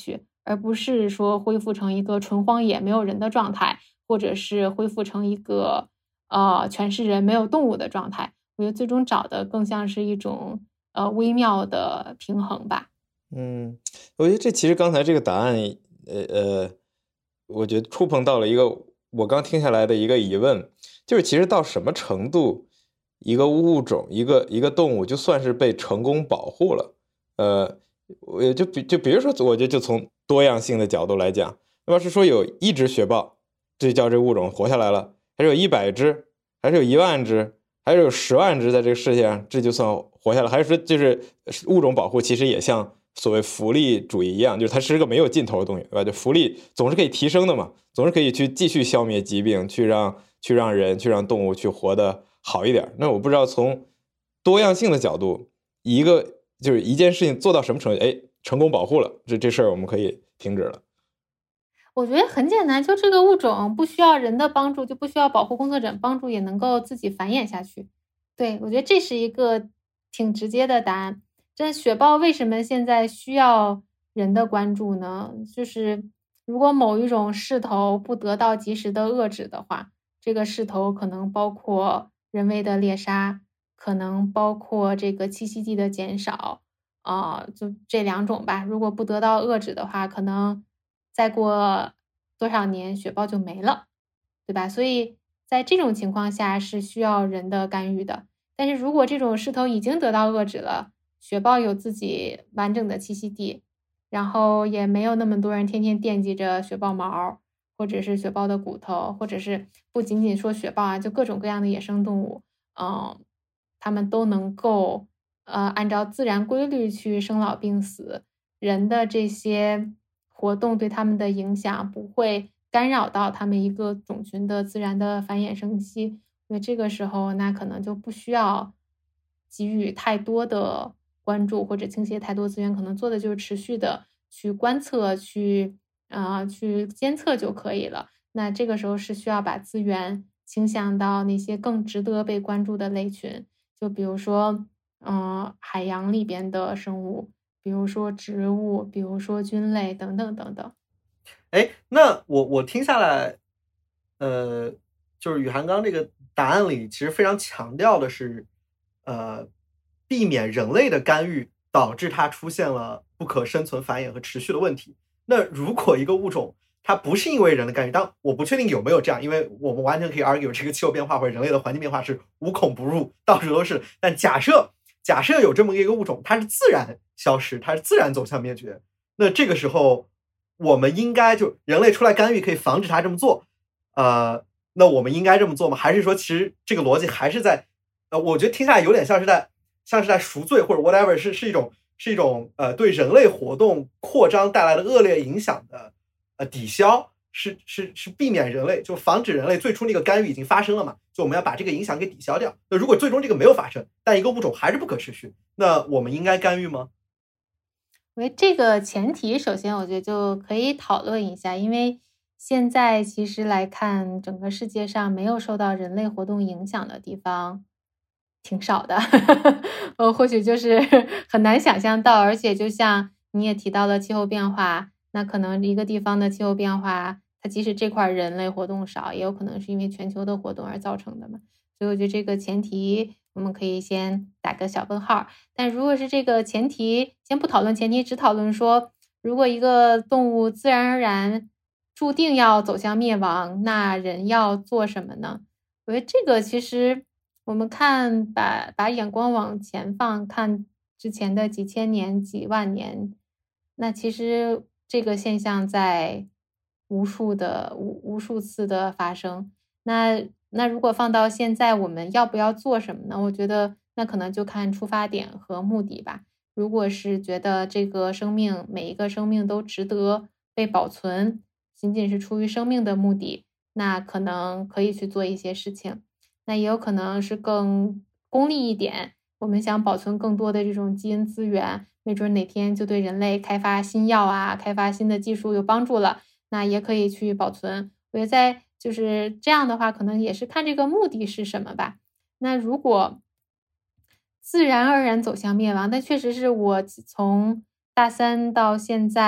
而不是说恢复成一个纯荒野没有人的状态，或者是恢复成一个全是人没有动物的状态。我觉得最终找的更像是一种微妙的平衡吧。 我觉得这其实刚才这个答案，我觉得触碰到了一个我刚听下来的一个疑问，就是其实到什么程度，一个物种、一个动物就算是被成功保护了？我就比如说，我觉得就从多样性的角度来讲，那么是说有1只雪豹，这就叫这物种活下来了，还是有100只，还是有1万只，还是有10万只在这个世界上，这就算活下来？还是说就是物种保护其实也像所谓福利主义一样，就是它是个没有尽头的东西，对吧？就福利总是可以提升的嘛，总是可以去继续消灭疾病，去让人、去让动物去活得好一点。那我不知道从多样性的角度，就是一件事情做到什么程度，成功保护了，这事儿我们可以停止了。 我觉得很简单，就这个物种不需要人的帮助，就不需要保护工作者帮助，也能够自己繁衍下去。对，我觉得这是一个挺直接的答案。这雪豹为什么现在需要人的关注呢？就是如果某一种势头不得到及时的遏制的话，这个势头可能包括人为的猎杀，可能包括这个栖息地的减少，就这2种吧。如果不得到遏制的话，可能再过多少年雪豹就没了，对吧？所以在这种情况下是需要人的干预的。但是如果这种势头已经得到遏制了，雪豹有自己完整的栖息地，然后也没有那么多人天天惦记着雪豹毛，或者是雪豹的骨头，或者是不仅仅说雪豹啊，就各种各样的野生动物，它们都能够按照自然规律去生老病死，人的这些活动对它们的影响不会干扰到它们一个种群的自然的繁衍生息。所以这个时候那可能就不需要给予太多的关注或者倾斜太多资源，可能做的就是持续的去观测，去监测就可以了。那这个时候是需要把资源倾向到那些更值得被关注的类群，就比如说海洋里边的生物，比如说植物，比如说菌类等等等等。 那我听下来，就是宇涵刚这个答案里，其实非常强调的是，避免人类的干预导致它出现了不可生存繁衍和持续的问题。那如果一个物种它不是因为人的干预，当我不确定有没有这样，因为我们完全可以 argue 这个气候变化或者人类的环境变化是无孔不入，到处都是。但假设有这么一个物种，它是自然消失，它是自然走向灭绝，那这个时候我们应该就人类出来干预可以防止它这么做，那我们应该这么做吗？还是说其实这个逻辑还是在我觉得听下来有点像是在赎罪或者 whatever， 是一种对人类活动扩张带来的恶劣影响的抵消，是避免人类，就防止人类最初那个干预已经发生了嘛，就我们要把这个影响给抵消掉。那如果最终这个没有发生，但一个物种还是不可持续，那我们应该干预吗？ 为这个前提，首先我觉得就可以讨论一下，因为现在其实来看，整个世界上没有受到人类活动影响的地方挺少的，或许就是很难想象到，而且就像你也提到了气候变化，那可能一个地方的气候变化，它即使这块人类活动少，也有可能是因为全球的活动而造成的嘛。所以我觉得这个前提我们可以先打个小问号。但如果是这个前提，先不讨论前提，只讨论说，如果一个动物自然而然注定要走向灭亡，那人要做什么呢？我觉得这个其实我们看把眼光往前放，看之前的几千年、几万年，那其实这个现象在无数次的发生。那如果放到现在，我们要不要做什么呢？我觉得那可能就看出发点和目的吧。如果是觉得这个生命，每一个生命都值得被保存，仅仅是出于生命的目的，那可能可以去做一些事情。那也有可能是更功利一点，我们想保存更多的这种基因资源，没准哪天就对人类开发新药啊，开发新的技术有帮助了，那也可以去保存。我觉得在就是这样的话，可能也是看这个目的是什么吧。那如果自然而然走向灭亡，但确实是我从大三到现在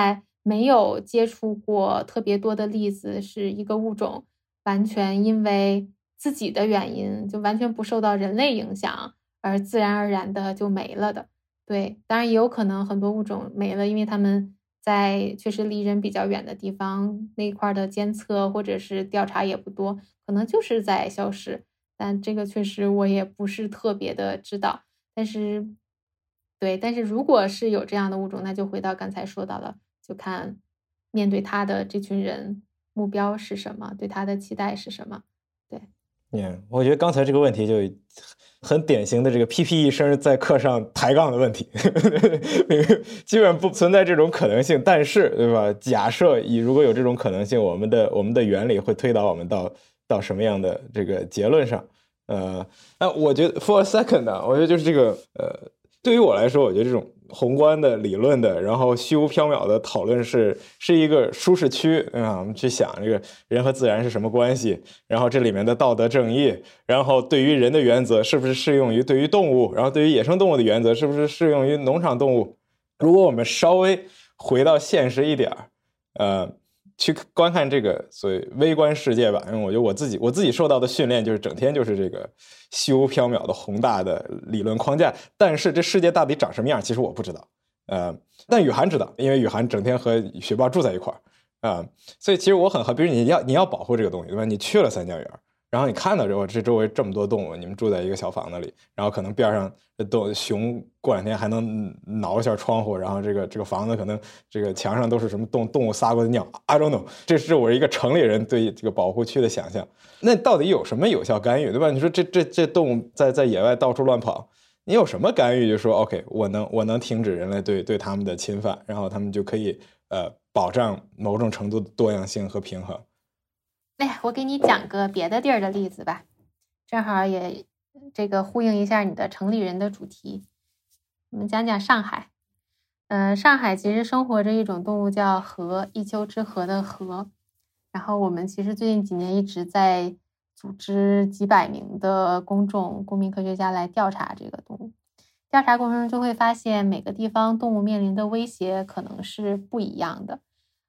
没有接触过特别多的例子，是一个物种完全因为自己的原因，就完全不受到人类影响，而自然而然的就没了的。对，当然也有可能很多物种没了，因为他们在确实离人比较远的地方，那块的监测或者是调查也不多，可能就是在消失。但这个确实我也不是特别的知道。但是如果是有这样的物种，那就回到刚才说到了，就看面对他的这群人目标是什么，对他的期待是什么。对， 我觉得刚才这个问题就很典型的这个屁屁一声在课上抬杠的问题基本不存在这种可能性，但是对吧，假设如果有这种可能性，我们的原理会推导我们到什么样的这个结论上。我觉得 for a second 呢，我觉得就是这个对于我来说，我觉得这种宏观的理论的，然后虚无缥缈的讨论是一个舒适区啊。我们去想这个人和自然是什么关系，然后这里面的道德正义，然后对于人的原则是不是适用于对于动物，然后对于野生动物的原则是不是适用于农场动物。如果我们稍微回到现实一点去观看这个所谓微观世界吧，因为我觉得我自己受到的训练就是整天就是这个虚无缥缈的宏大的理论框架，但是这世界到底长什么样，其实我不知道。但雨涵知道，因为雨涵整天和雪豹住在一块儿所以其实我很比如你要保护这个东西，对吧？你去了三江源，然后你看到这周围这么多动物，你们住在一个小房子里，然后可能边上熊过两天还能挠一下窗户，然后这个房子可能这个墙上都是什么动物撒过的尿 I don't know， 这是我一个城里人对这个保护区的想象。那到底有什么有效干预，对吧？你说这动物在野外到处乱跑，你有什么干预就说 OK 我能停止人类对他们的侵犯，然后他们就可以保障某种程度的多样性和平衡。 哎呀，我给你讲个别的地儿的例子吧，正好也这个呼应一下你的城里人的主题。我们讲讲上海。上海其实生活着一种动物叫河，一丘之貉的貉。然后我们其实最近几年一直在组织几百名的公民科学家来调查这个动物。调查过程中就会发现每个地方动物面临的威胁可能是不一样的。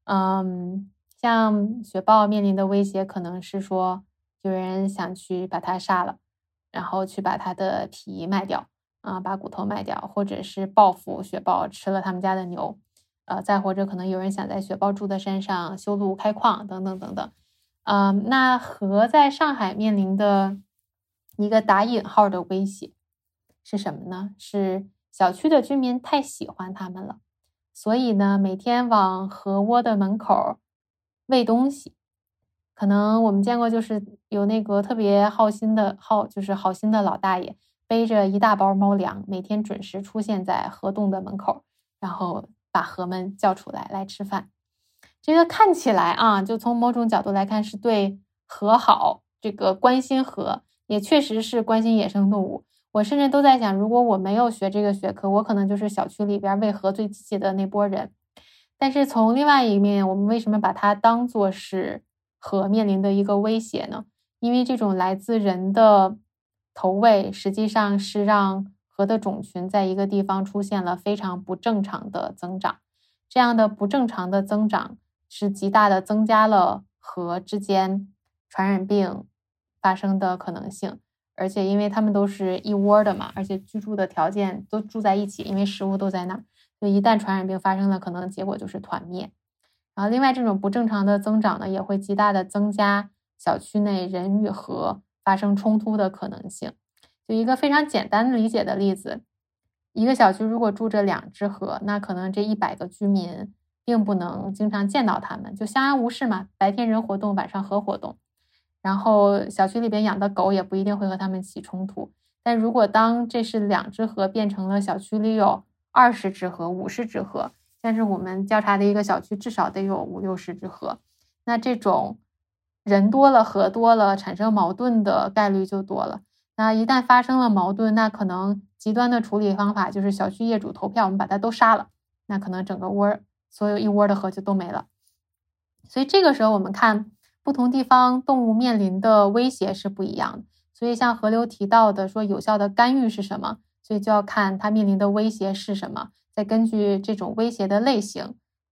像雪豹面临的威胁可能是说有人想去把它杀了，然后去把它的皮卖掉把骨头卖掉，或者是报复雪豹吃了他们家的牛，再或者可能有人想在雪豹住的山上修路开矿等等等等。那河在上海面临的一个打引号的威胁是什么呢？是小区的居民太喜欢它们了，所以呢每天往河窝的门口喂东西。可能我们见过就是有那个特别好心的老大爷背着一大包猫粮，每天准时出现在河洞的门口，然后把河们叫出来吃饭。这个看起来就从某种角度来看是对河好，这个关心河，也确实是关心野生动物。我甚至都在想，如果我没有学这个学科，我可能就是小区里边为河最积极的那波人。但是从另外一面，我们为什么把它当作是河面临的一个威胁呢？因为这种来自人的投喂实际上是让河的种群在一个地方出现了非常不正常的增长。这样的不正常的增长是极大的增加了河之间传染病发生的可能性。而且因为他们都是一窝的嘛，而且居住的条件都住在一起，因为食物都在那儿，所以一旦传染病发生了，可能结果就是团灭。然后另外这种不正常的增长呢，也会极大的增加小区内人与河发生冲突的可能性。就一个非常简单理解的例子，一个小区如果住着2只河，那可能这100个居民并不能经常见到他们，就相安无事嘛，白天人活动，晚上河活动。然后小区里边养的狗也不一定会和他们起冲突。但如果当这是2只河变成了小区里有20只河、50只河，像是我们调查的一个小区至少得有50-60只河，那这种人多了河多了产生矛盾的概率就多了。那一旦发生了矛盾，那可能极端的处理方法就是小区业主投票，我们把它都杀了，那可能整个窝所有一窝的河就都没了。所以这个时候我们看不同地方动物面临的威胁是不一样的。所以像河流提到的说有效的干预是什么，所以就要看它面临的威胁是什么，再根据这种威胁的类型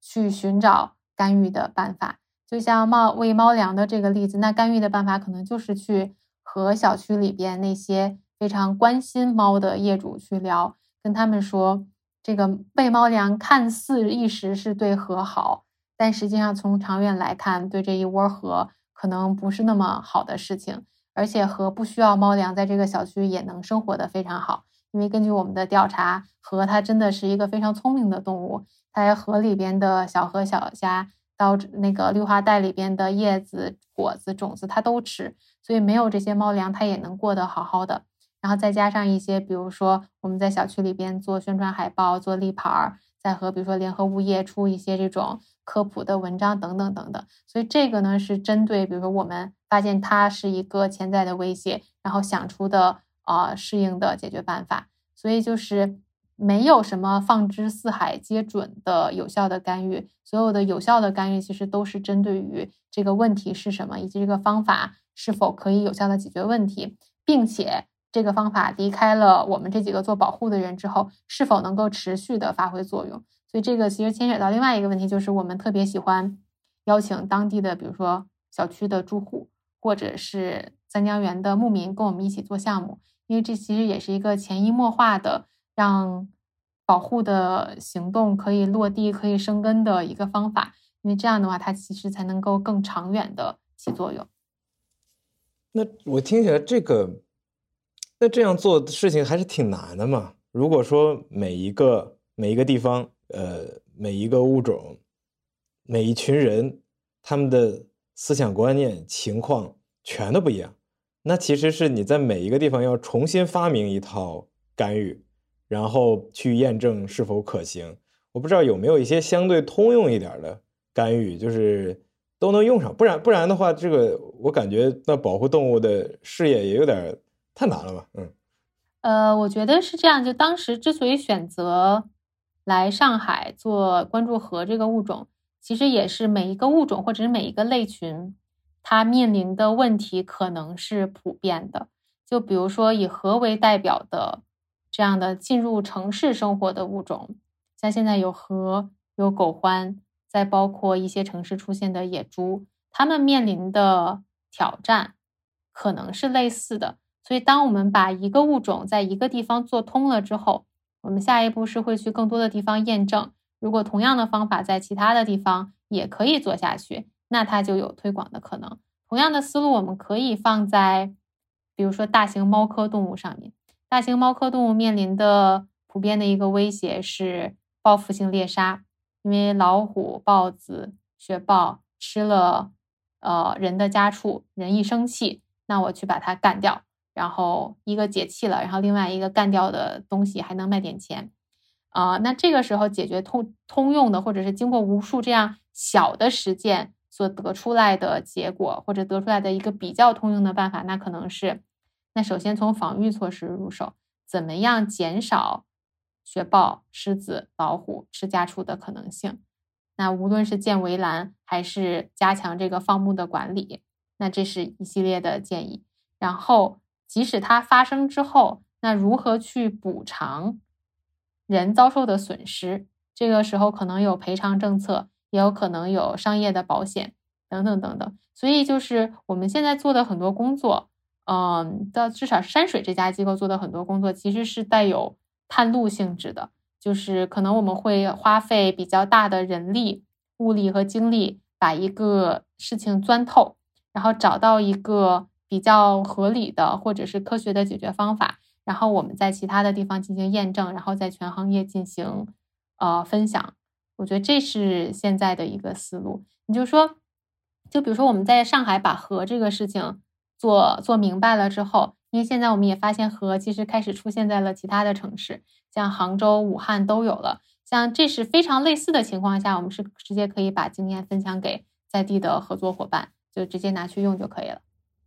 去寻找干预的办法。就像喂猫粮的这个例子，那干预的办法可能就是去和小区里边那些非常关心猫的业主去聊，跟他们说，这个喂猫粮看似一时是对河好，但实际上从长远来看，对这一窝河可能不是那么好的事情。而且河不需要猫粮，在这个小区也能生活得非常好。因为根据我们的调查，河它真的是一个非常聪明的动物，它在河里边的小河小虾到那个绿化带里边的叶子、果子、种子它都吃，所以没有这些猫粮它也能过得好好的。然后再加上一些比如说我们在小区里边做宣传海报、做立牌，再和比如说联合物业出一些这种科普的文章等等等等。所以这个呢是针对比如说我们发现它是一个潜在的威胁，然后想出的适应的解决办法。所以就是没有什么放之四海皆准的有效的干预，所有的有效的干预其实都是针对于这个问题是什么，以及这个方法是否可以有效的解决问题，并且这个方法离开了我们这几个做保护的人之后，是否能够持续的发挥作用。所以这个其实牵扯到另外一个问题，就是我们特别喜欢邀请当地的比如说小区的住户或者是三江源的牧民跟我们一起做项目，因为这其实也是一个潜移默化的让保护的行动可以落地、可以生根的一个方法。因为这样的话，它其实才能够更长远的起作用。 那我听起来那这样做的事情还是挺难的嘛。如果说每一个地方，每一个物种，每一群人，他们的思想观念、情况全都不一样，那其实是你在每一个地方要重新发明一套干预，然后去验证是否可行。我不知道有没有一些相对通用一点的干预，就是都能用上，不然的话，这个我感觉那保护动物的事业也有点太难了吧。 我觉得是这样，就当时之所以选择来上海做关注河这个物种，其实也是每一个物种或者是每一个类群，它面临的问题可能是普遍的。就比如说以河为代表的这样的进入城市生活的物种，像现在有河、有狗獾，再包括一些城市出现的野猪，它们面临的挑战可能是类似的。所以当我们把一个物种在一个地方做通了之后，我们下一步是会去更多的地方验证，如果同样的方法在其他的地方也可以做下去，那它就有推广的可能。同样的思路我们可以放在比如说大型猫科动物上面。大型猫科动物面临的普遍的一个威胁是报复性猎杀，因为老虎、豹子、雪豹吃了人的家畜，人一生气，那我去把它干掉，然后一个解气了，然后另外一个干掉的东西还能卖点钱。那这个时候解决通用的，或者是经过无数这样小的实践所得出来的结果，或者得出来的一个比较通用的办法，那可能是，那首先从防御措施入手，怎么样减少雪豹、狮子、老虎吃家畜的可能性。那无论是建围栏还是加强这个放牧的管理，那这是一系列的建议。然后即使它发生之后，那如何去补偿人遭受的损失，这个时候可能有赔偿政策，也有可能有商业的保险等等等等。所以就是我们现在做的很多工作，至少山水这家机构做的很多工作其实是带有探路性质的，就是可能我们会花费比较大的人力、物力和精力，把一个事情钻透，然后找到一个比较合理的或者是科学的解决方法，然后我们在其他的地方进行验证，然后在全行业进行分享。我觉得这是现在的一个思路。你就说，就比如说我们在上海把河这个事情做明白了之后，因为现在我们也发现河其实开始出现在了其他的城市，像杭州、武汉都有了。像这是非常类似的情况下，我们是直接可以把经验分享给在地的合作伙伴，就直接拿去用就可以了。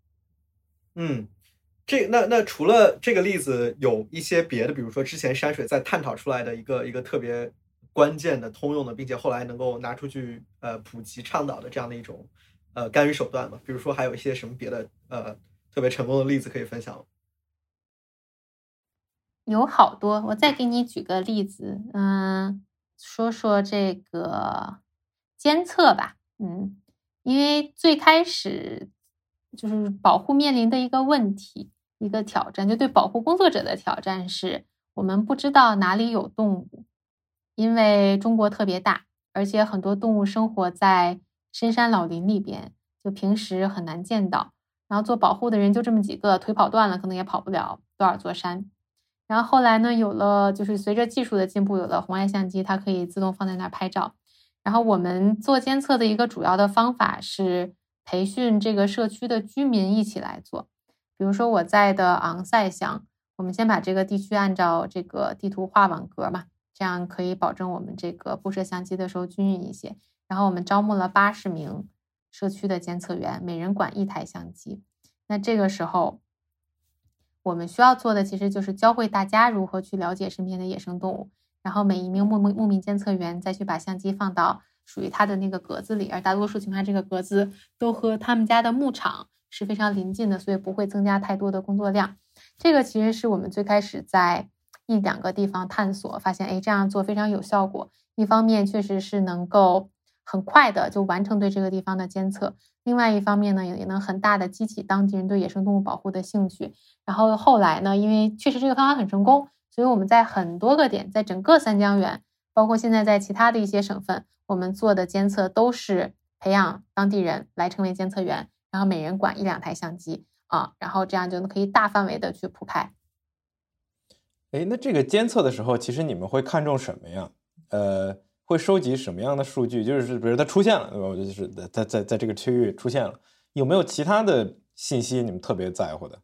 那除了这个例子，有一些别的，比如说之前山水在探讨出来的一个特别关键的通用的，并且后来能够拿出去普及倡导的这样的一种干预手段嘛？比如说还有一些什么别的特别成功的例子可以分享吗？ 有好多，我再给你举个例子，说说这个监测吧，因为最开始就是保护面临的一个问题，一个挑战，就对保护工作者的挑战是我们不知道哪里有动物，因为中国特别大，而且很多动物生活在深山老林里边，就平时很难见到，然后做保护的人就这么几个，腿跑断了可能也跑不了多少座山。然后后来呢，有了就是随着技术的进步，有了红外相机，它可以自动放在那儿拍照。然后我们做监测的一个主要的方法是培训这个社区的居民一起来做。比如说我在的昂塞乡，我们先把这个地区按照这个地图画网格嘛，这样可以保证我们这个布设相机的时候均匀一些。然后我们招募了80名社区的监测员，每人管1台相机。那这个时候我们需要做的其实就是教会大家如何去了解身边的野生动物，然后每一名牧民监测员再去把相机放到属于他的那个格子里，而大多数情况下这个格子都和他们家的牧场是非常临近的，所以不会增加太多的工作量。这个其实是我们最开始在1-2个地方探索，发现这样做非常有效果。一方面确实是能够很快的就完成对这个地方的监测，另外一方面呢，也能很大的激起当地人对野生动物保护的兴趣。然后后来呢，因为确实这个方法很成功，所以我们在很多个点，在整个三江源，包括现在在其他的一些省份，我们做的监测都是培养当地人来成为监测员，然后每人管1-2台相机然后这样就可以大范围的去铺开。 那这个监测的时候，其实你们会看重什么呀？会收集什么样的数据？就是比如它出现了，对吧？就是在这个区域出现了，有没有其他的信息你们特别在乎的？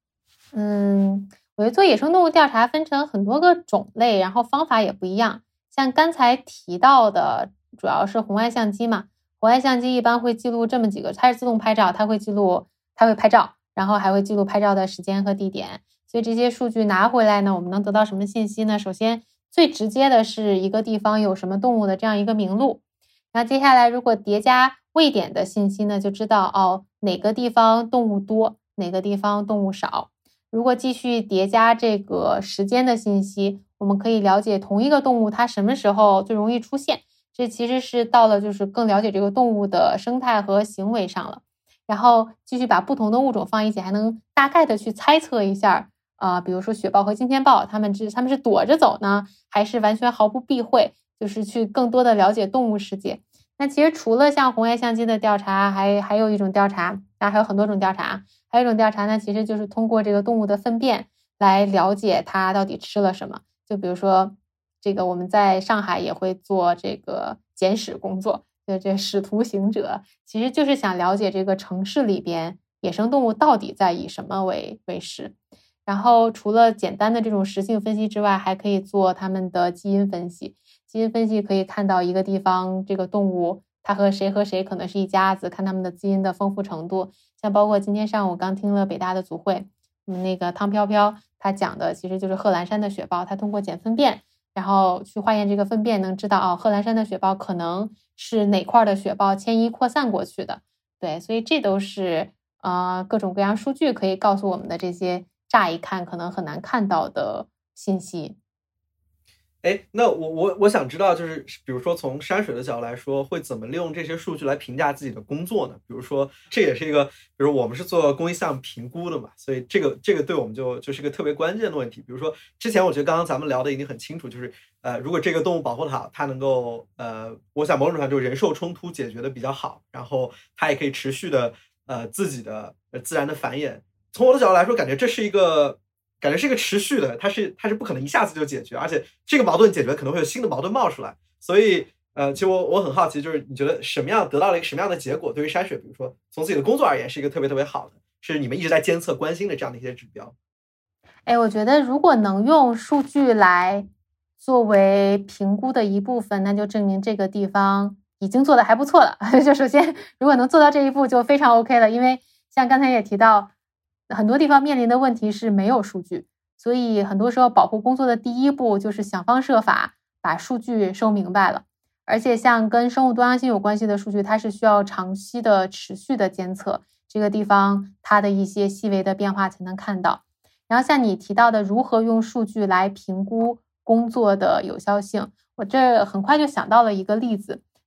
我觉得做野生动物调查分成很多个种类，然后方法也不一样。像刚才提到的，主要是红外相机嘛，红外相机一般会记录这么几个，它是自动拍照，它会拍照，然后还会记录拍照的时间和地点。所以这些数据拿回来呢，我们能得到什么信息呢？首先最直接的是一个地方有什么动物的这样一个名录，然后接下来如果叠加位点的信息呢，就知道哪个地方动物多，哪个地方动物少。如果继续叠加这个时间的信息，我们可以了解同一个动物它什么时候最容易出现，这其实是到了就是更了解这个动物的生态和行为上了。然后继续把不同的物种放一起，还能大概的去猜测一下比如说雪豹和金钱豹，它们是躲着走呢，还是完全毫不避讳，就是去更多的了解动物世界。那其实除了像红外相机的调查，还有一种调查，还有很多种调查。还有一种调查呢，其实就是通过这个动物的粪便来了解它到底吃了什么。就比如说这个我们在上海也会做这个捡屎工作，就这使徒行者，其实就是想了解这个城市里边野生动物到底在以什么为食。然后除了简单的这种食性分析之外，还可以做它们的基因分析。基因分析可以看到一个地方这个动物它和谁可能是一家子，看它们的基因的丰富程度。像包括今天上午刚听了北大的组会，那个汤飘飘他讲的其实就是贺兰山的雪豹，他通过捡粪便然后去化验这个粪便，能知道贺兰山的雪豹可能是哪块的雪豹迁移扩散过去的。对，所以这都是各种各样数据可以告诉我们的这些乍一看可能很难看到的信息。 那我想知道，就是比如说从山水的角度来说，会怎么利用这些数据来评价自己的工作呢？比如说这也是一个，比如我们是做公益项目评估的嘛，所以这个对我们就是一个特别关键的问题。比如说之前我觉得刚刚咱们聊的已经很清楚，就是如果这个动物保护得好，它能够我想某种程度上就是人兽冲突解决的比较好，然后它也可以持续的自己的自然的繁衍。从我的角度来说，感觉是一个持续的，它是不可能一下子就解决，而且这个矛盾解决可能会有新的矛盾冒出来。所以其实我很好奇，就是你觉得得到了一个什么样的结果，对于山水比如说从自己的工作而言是一个特别特别好的，是你们一直在监测关心的这样的一些指标？ 我觉得如果能用数据来作为评估的一部分，那就证明这个地方已经做得还不错了。就首先如果能做到这一步就非常 OK 了，因为像刚才也提到很多地方面临的问题是没有数据，所以很多时候保护工作的第一步就是想方设法把数据收明白了。而且像跟生物多样性有关系的数据，它是需要长期的持续的监测这个地方它的一些细微的变化才能看到。然后像你提到的如何用数据来评估工作的有效性，我这很快就想到了一个例子，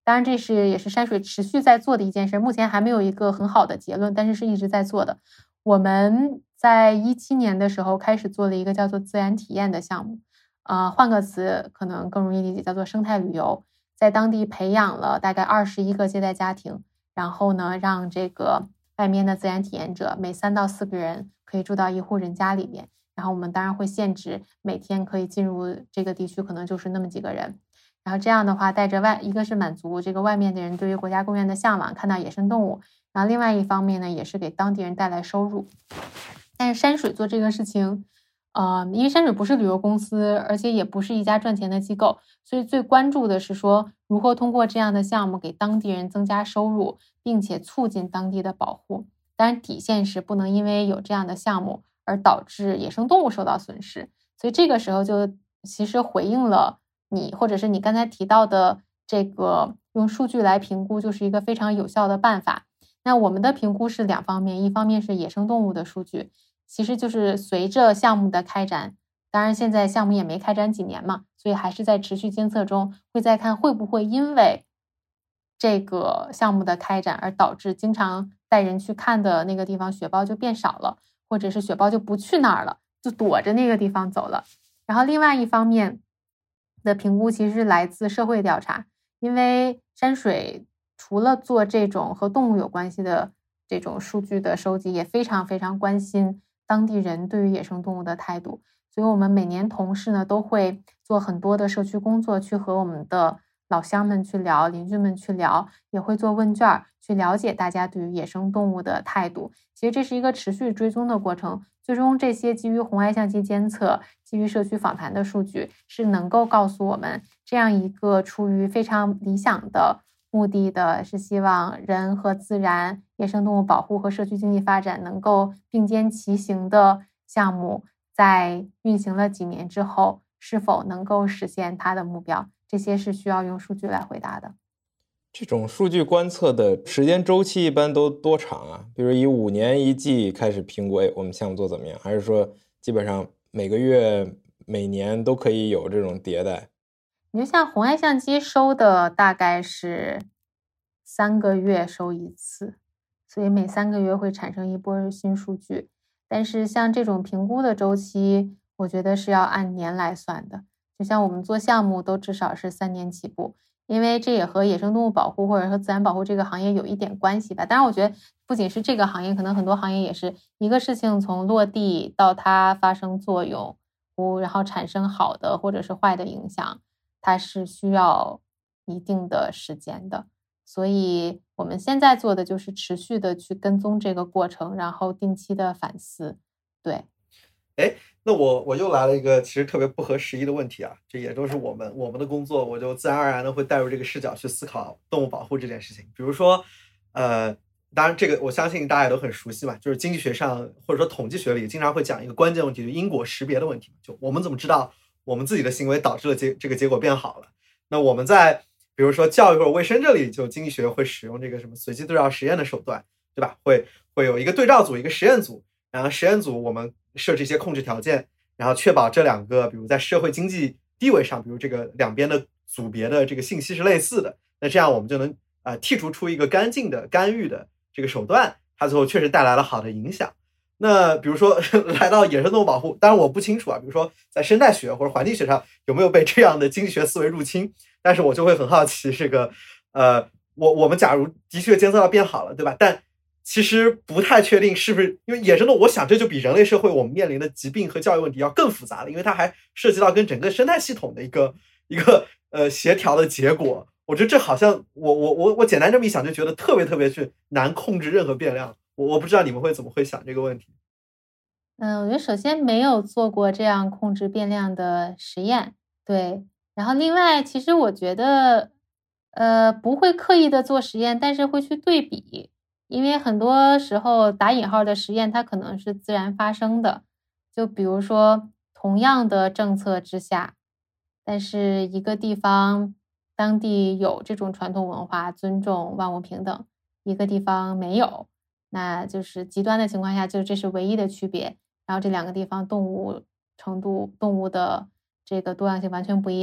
当然这也是山水持续在做的一件事，目前还没有一个很好的结论，但是是一直在做的。我们在17年的时候开始做了一个叫做自然体验的项目，换个词可能更容易理解，叫做生态旅游。在当地培养了大概21个接待家庭，然后呢，让这个外面的自然体验者每3到4个人可以住到一户人家里面，然后我们当然会限制每天可以进入这个地区可能就是那么几个人，然后这样的话带着一个是满足这个外面的人对于国家公园的向往，看到野生动物，然后另外一方面呢也是给当地人带来收入。但是山水做这个事情因为山水不是旅游公司，而且也不是一家赚钱的机构，所以最关注的是说如何通过这样的项目给当地人增加收入，并且促进当地的保护。当然底线是不能因为有这样的项目而导致野生动物受到损失。所以这个时候就其实回应了你或者是你刚才提到的这个用数据来评估就是一个非常有效的办法。那我们的评估是2方面，一方面是野生动物的数据，其实就是随着项目的开展，当然现在项目也没开展几年嘛，所以还是在持续监测中，会再看会不会因为这个项目的开展而导致经常带人去看的那个地方雪豹就变少了，或者是雪豹就不去那儿了，就躲着那个地方走了。然后另外一方面的评估其实是来自社会调查，因为山水除了做这种和动物有关系的这种数据的收集，也非常非常关心当地人对于野生动物的态度，所以我们每年同事呢都会做很多的社区工作，去和我们的老乡们去聊，邻居们去聊，也会做问卷去了解大家对于野生动物的态度。其实这是一个持续追踪的过程，最终这些基于红外相机监测，基于社区访谈的数据是能够告诉我们，这样一个出于非常理想的目的的是希望人和自然、野生动物保护和社区经济发展能够并肩齐行的项目，在运行了几年之后是否能够实现它的目标，这些是需要用数据来回答的。 这种数据观测的时间周期一般都多长啊？比如以5年1季开始评估，我们项目做怎么样？还是说基本上每个月、每年都可以有这种迭代？ 你就像红外相机收的大概是3个月收一次，所以每3个月会产生一波新数据。但是像这种评估的周期，我觉得是要按年来算的。就像我们做项目都至少是3年起步，因为这也和野生动物保护或者说自然保护这个行业有一点关系吧。当然我觉得不仅是这个行业，可能很多行业也是一个事情从落地到它发生作用，然后产生好的或者是坏的影响，它是需要一定的时间的。所以我们现在做的就是持续的去跟踪这个过程，然后定期的反思。对。 那我又来了一个其实特别不合时宜的问题啊，这也都是我们的工作，我就自然而然的会带入这个视角去思考动物保护这件事情。比如说当然这个我相信大家也都很熟悉嘛，就是经济学上或者说统计学里经常会讲一个关键问题，就是因果识别的问题。就我们怎么知道我们自己的行为导致了这个结果变好了？那我们在比如说教育或者卫生这里，就经济学会使用这个什么随机对照实验的手段，对吧？会有一个对照组，一个实验组，然后实验组我们设置一些控制条件，然后确保这2个比如在社会经济地位上，比如这个两边的组别的这个信息是类似的，那这样我们就能剔除出一个干净的干预的这个手段，它最后确实带来了好的影响。那比如说来到野生动物保护，当然我不清楚啊，比如说在生态学或者环境学上有没有被这样的经济学思维入侵，但是我就会很好奇这个我们假如的确监测到变好了，对吧？但其实不太确定是不是因为野生动物，我想这就比人类社会我们面临的疾病和教育问题要更复杂了，因为它还涉及到跟整个生态系统的一个协调的结果。我觉得这好像我简单这么一想就觉得特别是难控制任何变量。我不知道你们怎么会想这个问题。 我觉得首先没有做过这样控制变量的实验，对。然后另外其实我觉得不会刻意的做实验，但是会去对比，因为很多时候打引号的实验它可能是自然发生的。就比如说同样的政策之下，但是一个地方当地有这种传统文化尊重万物平等，一个地方没有，那就是极端的情况下就这是唯一的区别，然后这2个地方动物程度动物的这个多样性完全不一样，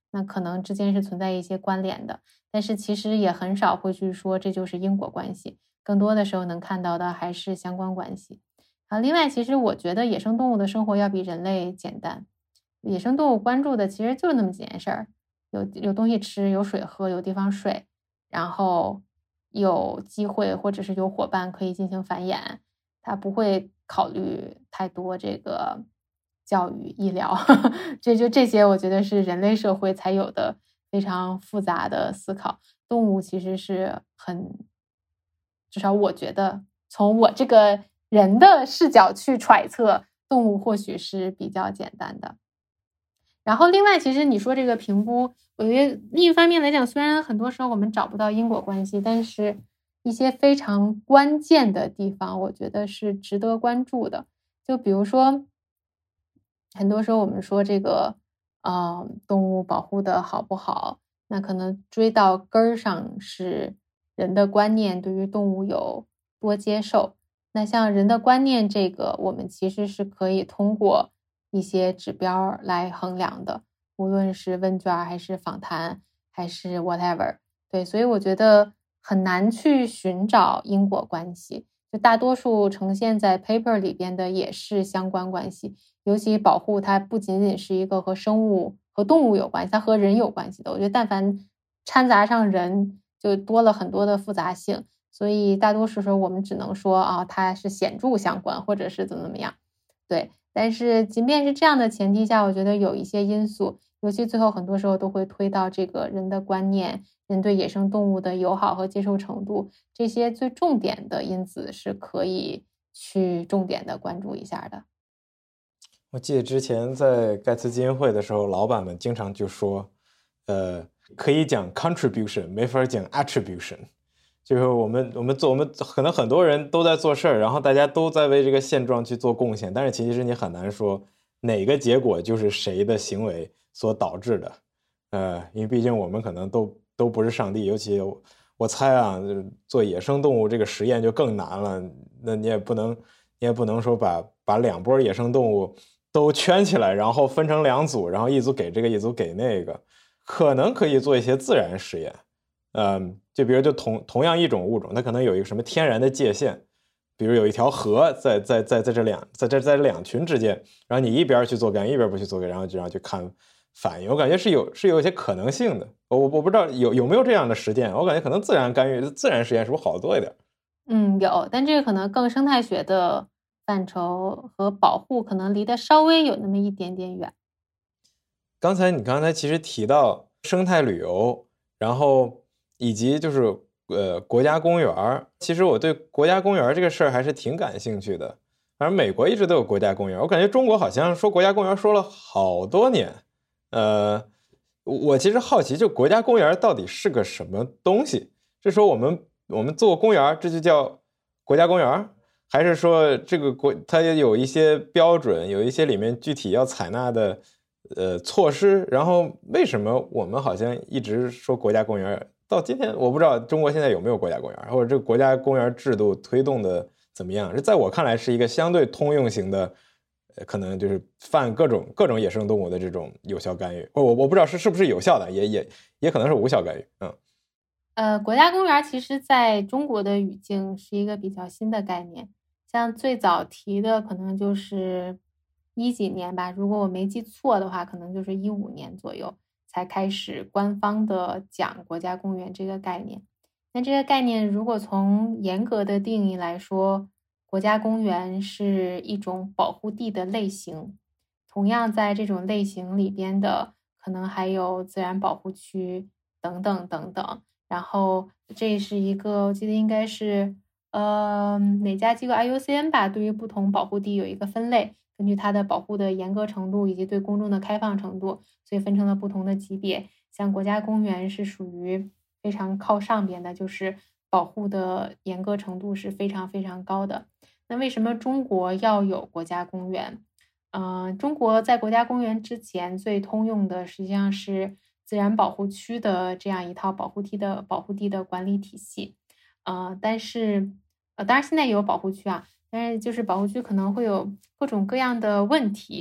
那可能之间是存在一些关联的，但是其实也很少会去说这就是因果关系，更多的时候能看到的还是相关关系。另外其实我觉得野生动物的生活要比人类简单，野生动物关注的其实就那么几件事儿，有东西吃，有水喝，有地方睡，然后有机会或者是有伙伴可以进行繁衍，它不会考虑太多这个教育、医疗，这些我觉得是人类社会才有的非常复杂的思考。动物其实是至少我觉得从我这个人的视角去揣测，动物或许是比较简单的。然后另外其实你说这个评估，我觉得另一方面来讲，虽然很多时候我们找不到因果关系，但是一些非常关键的地方我觉得是值得关注的。就比如说很多时候我们说这个动物保护的好不好，那可能追到根儿上是人的观念对于动物有多接受。那像人的观念这个，我们其实是可以通过一些指标来衡量的，无论是问卷还是访谈还是 whatever。 对，所以我觉得很难去寻找因果关系，就大多数呈现在 paper 里边的也是相关关系，尤其保护它不仅仅是一个和生物和动物有关系，它和人有关系的。我觉得但凡掺杂上人就多了很多的复杂性，所以大多数时候我们只能说它是显著相关或者是怎么样。对，但是即便是这样的前提下，我觉得有一些因素，尤其最后很多时候都会推到这个人的观念，人对野生动物的友好和接受程度，这些最重点的因子是可以去重点的关注一下的。 我记得之前在盖茨基金会的时候，老板们经常就说，可以讲 contribution， 没法讲 attribution。就是我们可能很多人都在做事儿，然后大家都在为这个现状去做贡献，但是其实你很难说哪个结果就是谁的行为所导致的。因为毕竟我们可能都不是上帝，尤其我猜啊，做野生动物这个实验就更难了。那你也不能说把两波野生动物都圈起来，然后分成两组，然后一组给这个，一组给那个。可能可以做一些自然实验，就比如同样一种物种，它可能有一个什么天然的界限，比如有一条河在这两群之间，然后你一边去做干预，一边不去做干预，然后去看反应。我感觉是有一些可能性的。我不知道有没有这样的实践，我感觉可能自然干预、自然实验是不是好做一点？ 有，但这个可能更生态学的范畴和保护可能离得稍微有那么一点点远。 你刚才其实提到生态旅游，然后以及就是国家公园，其实我对国家公园这个事儿还是挺感兴趣的。反正美国一直都有国家公园，我感觉中国好像说国家公园说了好多年。我其实好奇，就国家公园到底是个什么东西？是说我们做公园这就叫国家公园，还是说这个它也有一些标准，有一些里面具体要采纳的措施？然后为什么我们好像一直说国家公园，到今天我不知道中国现在有没有国家公园，或者这个国家公园制度推动的怎么样？这在我看来是一个相对通用型的，可能就是犯各种野生动物的这种有效干预。我不知道是不是有效的，也可能是无效干预。 国家公园其实在中国的语境是一个比较新的概念，像最早提的可能就是10几年吧，如果我没记错的话，可能就是15年左右才开始官方的讲国家公园这个概念。那这个概念如果从严格的定义来说，国家公园是一种保护地的类型，同样在这种类型里边的可能还有自然保护区等等等等。然后这是一个我记得应该是哪家机构 IUCN 吧，对于不同保护地有一个分类，根据它的保护的严格程度以及对公众的开放程度，所以分成了不同的级别。像国家公园是属于非常靠上边的，就是保护的严格程度是非常非常高的。那为什么中国要有国家公园？中国在国家公园之前最通用的实际上是自然保护区的这样一套保护地的管理体系。但是当然现在也有保护区啊，但是就是保护区可能会有各种各样的问题。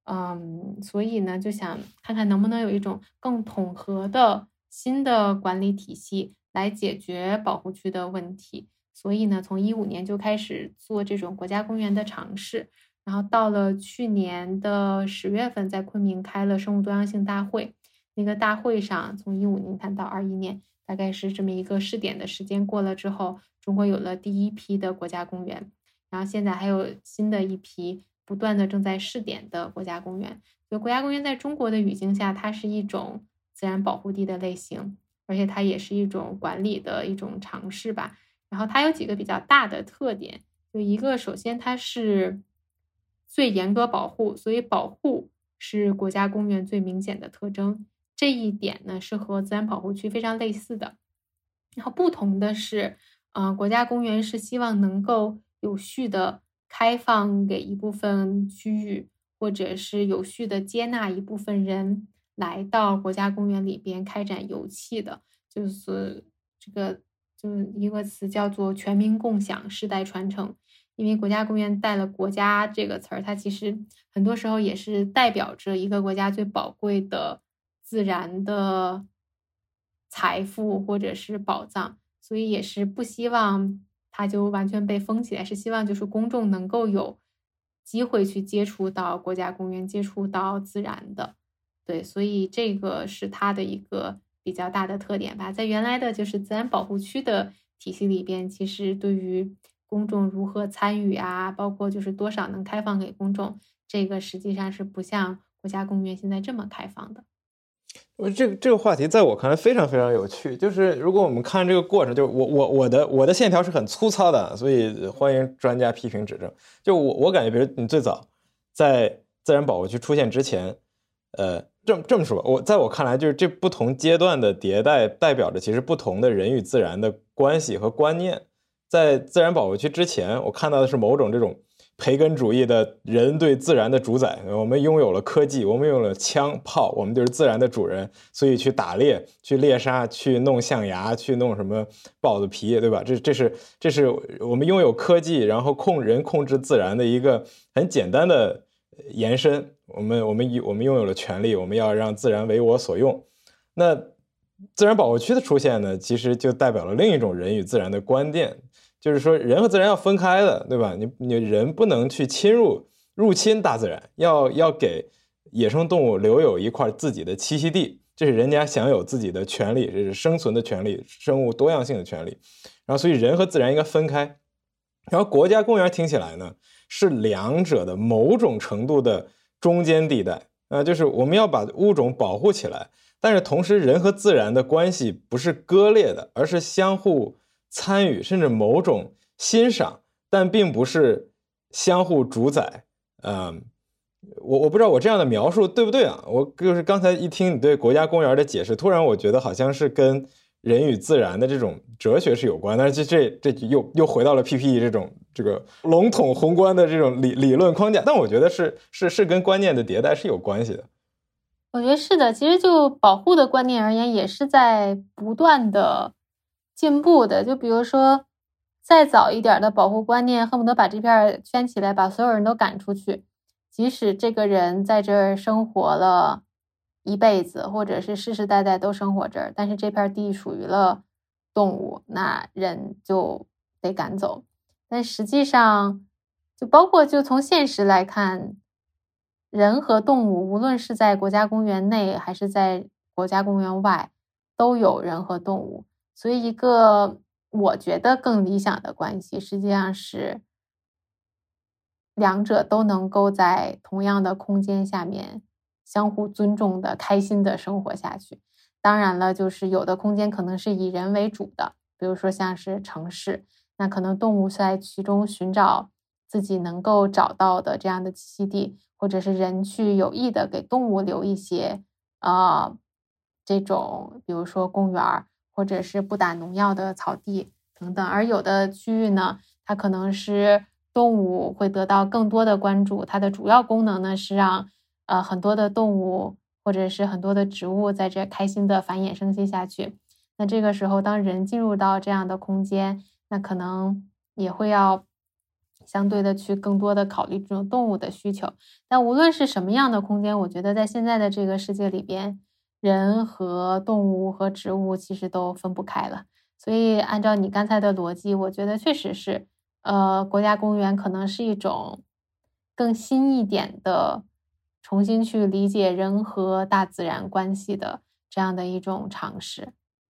所以呢，就想看看能不能有一种更统合的新的管理体系来解决保护区的问题。所以呢，从2015年就开始做这种国家公园的尝试，然后到了去年的10月份，在昆明开了生物多样性大会。那个大会上，从2015年谈到2021年，大概是这么一个试点的时间过了之后，中国有了第一批的国家公园，然后现在还有新的一批不断的正在试点的国家公园。所以国家公园在中国的语境下，它是一种自然保护地的类型，而且它也是一种管理的一种尝试吧。然后它有几个比较大的特点，就一个，首先它是最严格保护，所以保护是国家公园最明显的特征。这一点呢是和自然保护区非常类似的。然后不同的是，国家公园是希望能够有序的开放给一部分区域，或者是有序的接纳一部分人来到国家公园里边开展游憩的，就是这个就是一个词叫做全民共享、世代传承。因为国家公园带了国家这个词儿，它其实很多时候也是代表着一个国家最宝贵的自然的财富或者是宝藏，所以也是不希望它就完全被封起来，是希望就是公众能够有机会去接触到国家公园，接触到自然的。对，所以这个是它的一个比较大的特点吧。在原来的就是自然保护区的体系里边，其实对于公众如何参与啊，包括就是多少能开放给公众，这个实际上是不像国家公园现在这么开放的。 这个话题在我看来非常非常有趣，就是如果我们看这个过程，就我的线条是很粗糙的，所以欢迎专家批评指正。就我感觉，比如你最早在自然保护区出现之前，这么说，在我看来，就是这不同阶段的迭代代表着其实不同的人与自然的关系和观念。在自然保护区之前，我看到的是某种这种培根主义的人对自然的主宰，我们拥有了科技，我们拥有了枪炮，我们就是自然的主人，所以去打猎，去猎杀，去弄象牙，去弄什么豹子皮，对吧？这是我们拥有科技，然后人控制自然的一个很简单的延伸。我们拥有了权利，我们要让自然为我所用。那自然保护区的出现呢，其实就代表了另一种人与自然的观念。就是说人和自然要分开的，对吧？你人不能去入侵大自然，要给野生动物留有一块自己的栖息地，这是人家享有自己的权利，这是生存的权利，生物多样性的权利。然后所以人和自然应该分开。然后国家公园听起来呢，是两者的某种程度的中间地带就是我们要把物种保护起来，但是同时人和自然的关系不是割裂的，而是相互参与，甚至某种欣赏，但并不是相互主宰。我不知道我这样的描述对不对啊？我就是刚才一听你对国家公园的解释，突然我觉得好像是跟人与自然的这种哲学是有关，但是这又回到了 PPE 这个笼统宏观的这种理论框架，但我觉得是跟观念的迭代是有关系的。 我觉得是的，其实就保护的观念而言，也是在不断的进步的。就比如说再早一点的保护观念，恨不得把这片圈起来，把所有人都赶出去，即使这个人在这儿生活了一辈子，或者是世世代代都生活这儿，但是这片地属于了动物，那人就得赶走。但实际上就包括就从现实来看，人和动物无论是在国家公园内还是在国家公园外，都有人和动物。所以一个我觉得更理想的关系，实际上是两者都能够在同样的空间下面相互尊重的开心的生活下去。当然了，就是有的空间可能是以人为主的，比如说像是城市，那可能动物在其中寻找自己能够找到的这样的栖息地，或者是人去有意的给动物留一些这种比如说公园，或者是不打农药的草地等等。而有的区域呢，它可能是动物会得到更多的关注，它的主要功能呢是让很多的动物或者是很多的植物在这开心的繁衍生息下去。那这个时候当人进入到这样的空间，那可能也会要相对的去更多的考虑这种动物的需求。但无论是什么样的空间，我觉得在现在的这个世界里边，人和动物和植物其实都分不开了。所以按照你刚才的逻辑，我觉得确实是，国家公园可能是一种更新一点的，重新去理解人和大自然关系的这样的一种尝试。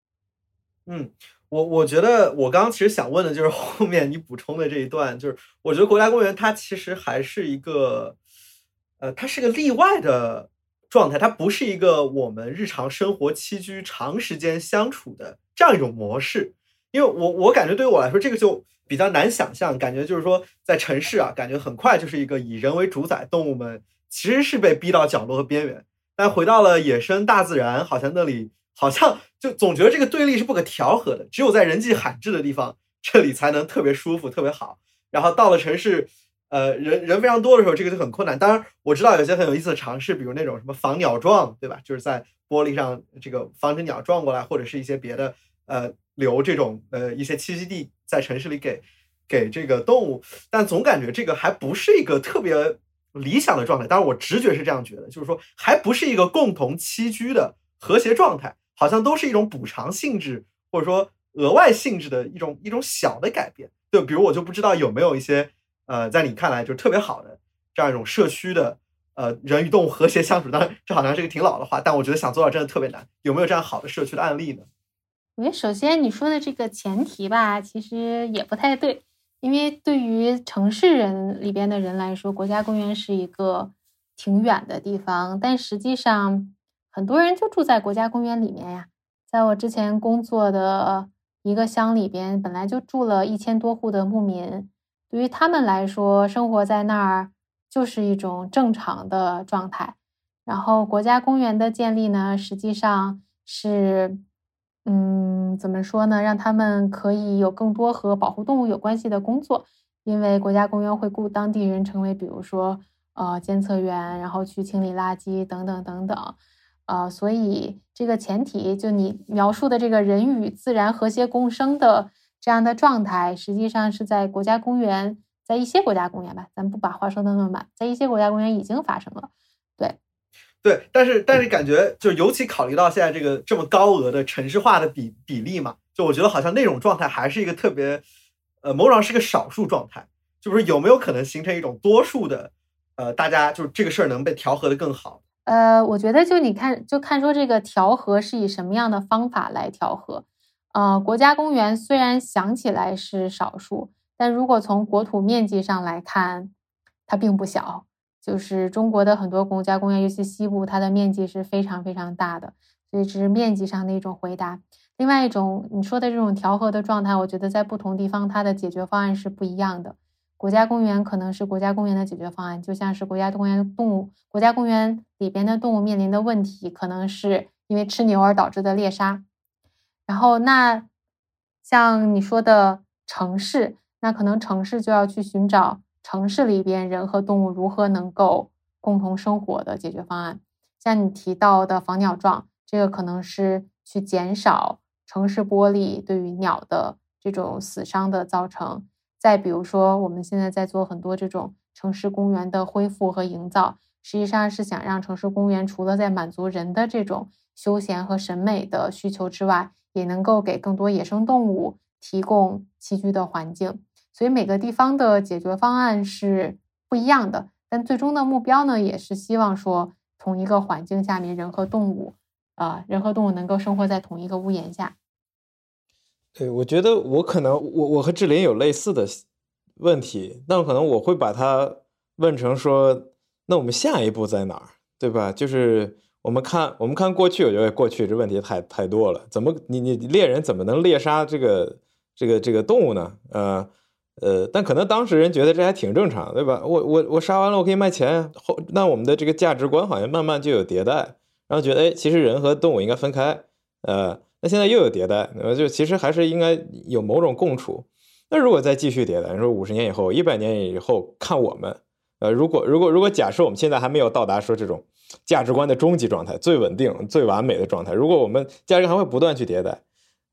我觉得我刚刚其实想问的就是后面你补充的这一段，就是我觉得国家公园它其实还是一个，它是个例外的状态，它不是一个我们日常生活栖居长时间相处的这样一种模式。因为我感觉对于我来说，这个就比较难想象，感觉就是说在城市啊，感觉很快就是一个以人为主宰，动物们其实是被逼到角落和边缘，但回到了野生大自然，好像那里好像就总觉得这个对立是不可调和的，只有在人迹罕至的地方，这里才能特别舒服特别好。然后到了城市，人非常多的时候，这个就很困难。当然我知道有些很有意思的尝试，比如那种什么防鸟撞，对吧？就是在玻璃上这个防止鸟撞过来，或者是一些别的留这种一些栖息地在城市里给这个动物，但总感觉这个还不是一个特别理想的状态。当然我直觉是这样觉得，就是说还不是一个共同栖居的和谐状态，好像都是一种补偿性质或者说额外性质的一种小的改变。就比如我就不知道有没有一些在你看来就特别好的这样一种社区的人与动物和谐相处。当然这好像是个挺老的话，但我觉得想做到真的特别难。有没有这样好的社区的案例呢？ 我觉得首先你说的这个前提吧，其实也不太对，因为对于城市人里边的人来说，国家公园是一个挺远的地方，但实际上很多人就住在国家公园里面呀。在我之前工作的一个乡里边，本来就住了1000多户的牧民，对于他们来说，生活在那儿就是一种正常的状态。然后国家公园的建立呢，实际上是怎么说呢？让他们可以有更多和保护动物有关系的工作，因为国家公园会雇当地人成为，比如说监测员，然后去清理垃圾等等等等，所以这个前提就你描述的这个人与自然和谐共生的这样的状态，实际上是在国家公园，在一些国家公园吧，咱不把话说得那么满，在一些国家公园已经发生了，对。 对，但是感觉就尤其考虑到现在这个这么高额的城市化的比例嘛，就我觉得好像那种状态还是一个特别某种上是个少数状态，就是有没有可能形成一种多数的大家就是这个事儿能被调和的更好？ 我觉得就看说这个调和是以什么样的方法来调和。国家公园虽然想起来是少数，但如果从国土面积上来看，它并不小。就是中国的很多国家公园，尤其西部，它的面积是非常非常大的，所以这是面积上的一种回答。另外一种你说的这种调和的状态，我觉得在不同地方它的解决方案是不一样的。国家公园可能是国家公园的解决方案，就像是国家公园里边的动物面临的问题，可能是因为吃牛而导致的猎杀。然后那像你说的城市，那可能城市就要去寻找城市里边人和动物如何能够共同生活的解决方案。像你提到的防鸟撞，这个可能是去减少城市玻璃对于鸟的这种死伤的造成。再比如说我们现在在做很多这种城市公园的恢复和营造，实际上是想让城市公园除了在满足人的这种休闲和审美的需求之外，也能够给更多野生动物提供栖居的环境。所以每个地方的解决方案是不一样的，但最终的目标呢，也是希望说同一个环境下面人和动物能够生活在同一个屋檐下。 对，我觉得我可能我和志林有类似的问题，但可能我会把它问成说，那我们下一步在哪儿，对吧？就是我们看过去，我觉得过去这问题太多了，怎么你猎人怎么能猎杀这个动物呢？但可能当时人觉得这还挺正常，对吧？我杀完了，我可以卖钱。那我们的这个价值观好像慢慢就有迭代，然后觉得其实人和动物应该分开。那现在又有迭代，就其实还是应该有某种共处。那如果再继续迭代，说50年以后、100年以后看我们，如果假设我们现在还没有到达说这种价值观的终极状态、最稳定、最完美的状态，如果我们价值观还会不断去迭代，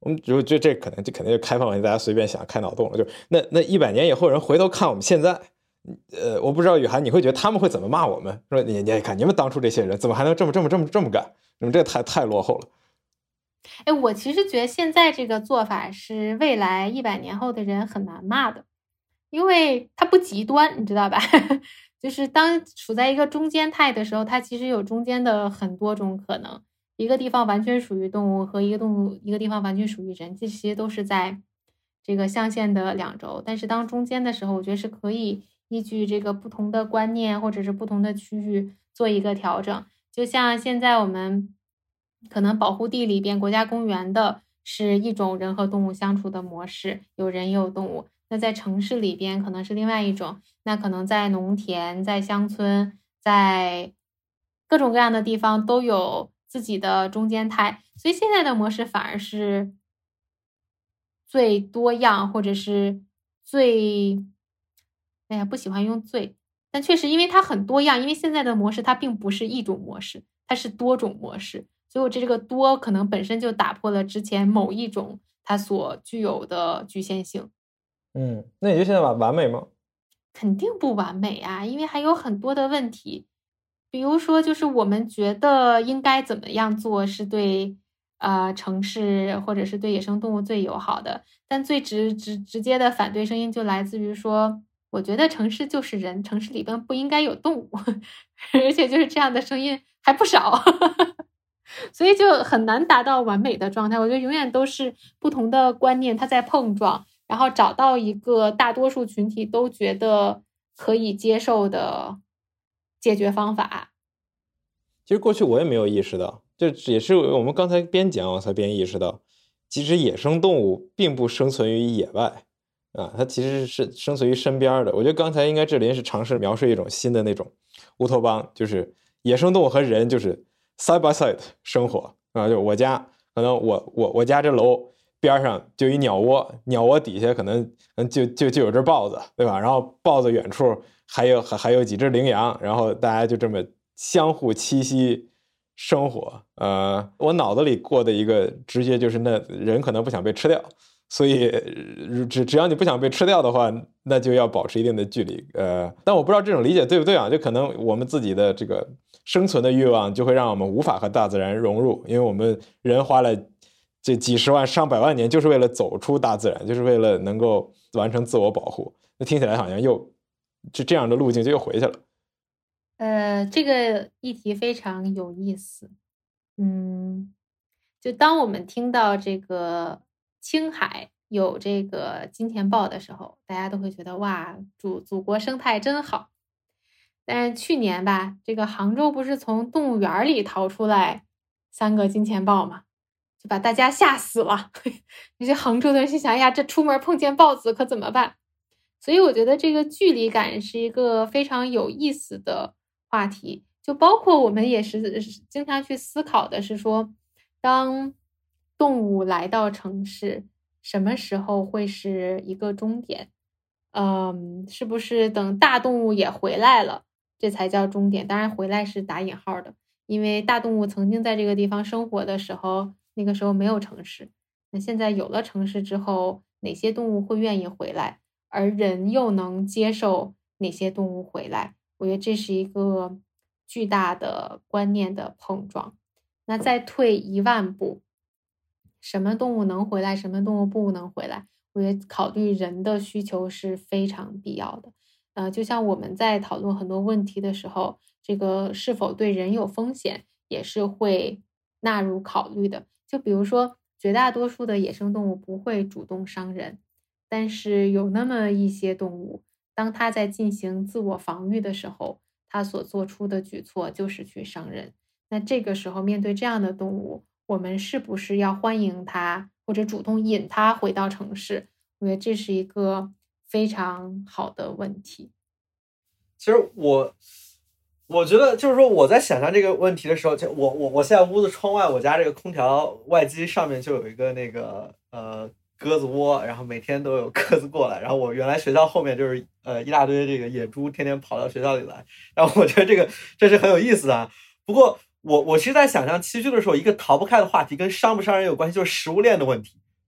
我们就这肯定就开放问题，大家随便想，开脑洞了。就那100年以后人回头看我们现在，我不知道雨涵你会觉得他们会怎么骂我们？说你看你们当初这些人怎么还能这么干？你们这太落后了。 哎，我其实觉得现在这个做法是未来100年后的人很难骂的，因为它不极端，你知道吧？就是当处在一个中间态的时候，它其实有中间的很多种可能。一个地方完全属于动物和一个地方完全属于人，这些都是在这个象限的两轴。但是当中间的时候，我觉得是可以依据这个不同的观念或者是不同的区域做一个调整。就像现在我们可能保护地里边国家公园的是一种人和动物相处的模式，有人也有动物。那在城市里边可能是另外一种，那可能在农田、在乡村、在各种各样的地方都有自己的中间态，所以现在的模式反而是最多样，或者是最，哎呀，不喜欢用最，但确实因为它很多样，因为现在的模式它并不是一种模式，它是多种模式，所以我这个多可能本身就打破了之前某一种它所具有的局限性。 那你觉得现在完美吗？ 肯定不完美啊，因为还有很多的问题。比如说，就是我们觉得应该怎么样做是对城市或者是对野生动物最友好的，但最直接的反对声音就来自于说，我觉得城市就是人，城市里边不应该有动物，而且就是这样的声音还不少。所以就很难达到完美的状态。我觉得永远都是不同的观念它在碰撞，然后找到一个大多数群体都觉得可以接受的解决方法。 其实过去我也没有意识到，这也是我们刚才边讲我才边意识到，其实野生动物并不生存于野外啊，它其实是生存于身边的。我觉得刚才应该志林是尝试描述一种新的那种乌托邦，就是野生动物和人就是 side by side 生活啊，就我家可能我家这楼边上就一鸟窝，鸟窝底下可能就有只豹子，对吧？然后豹子远处还有几只羚羊，然后大家就这么相互栖息生活。我脑子里过的一个直觉就是那人可能不想被吃掉，所以只要你不想被吃掉的话，那就要保持一定的距离。但我不知道这种理解对不对啊？就可能我们自己的这个生存的欲望就会让我们无法和大自然融入，因为我们人花了这几十万上百万年就是为了走出大自然，就是为了能够完成自我保护。那听起来好像又这样的路径就又回去了。 这个议题非常有意思。就当我们听到这个青海有这个金钱豹的时候，大家都会觉得哇，祖国生态真好。但是去年吧，这个杭州不是从动物园里逃出来3个金钱豹嘛，就把大家吓死了。有些杭州的人心想，哎呀，这出门碰见豹子可怎么办？所以我觉得这个距离感是一个非常有意思的话题，就包括我们也是经常去思考的是说，当动物来到城市，什么时候会是一个终点？是不是等大动物也回来了，这才叫终点？当然回来是打引号的，因为大动物曾经在这个地方生活的时候，那个时候没有城市。那现在有了城市之后，哪些动物会愿意回来？而人又能接受哪些动物回来？我觉得这是一个巨大的观念的碰撞。那再退1万步，什么动物能回来，什么动物不能回来？我觉得考虑人的需求是非常必要的。就像我们在讨论很多问题的时候，这个是否对人有风险，也是会纳入考虑的。就比如说，绝大多数的野生动物不会主动伤人。但是有那么一些动物，当它在进行自我防御的时候，它所做出的举措就是去伤人。那这个时候面对这样的动物，我们是不是要欢迎它，或者主动引它回到城市？我觉得这是一个非常好的问题。 其实我觉得就是说，我在想象这个问题的时候，就我现在屋子窗外，我家这个空调外机上面就有一个那个鸽子窝，然后每天都有鸽子过来，然后我原来学校后面就是一大堆这个野猪天天跑到学校里来，然后我觉得这是很有意思的。不过我其实在想象栖居的时候，一个逃不开的话题跟伤不伤人有关系，就是食物链的问题。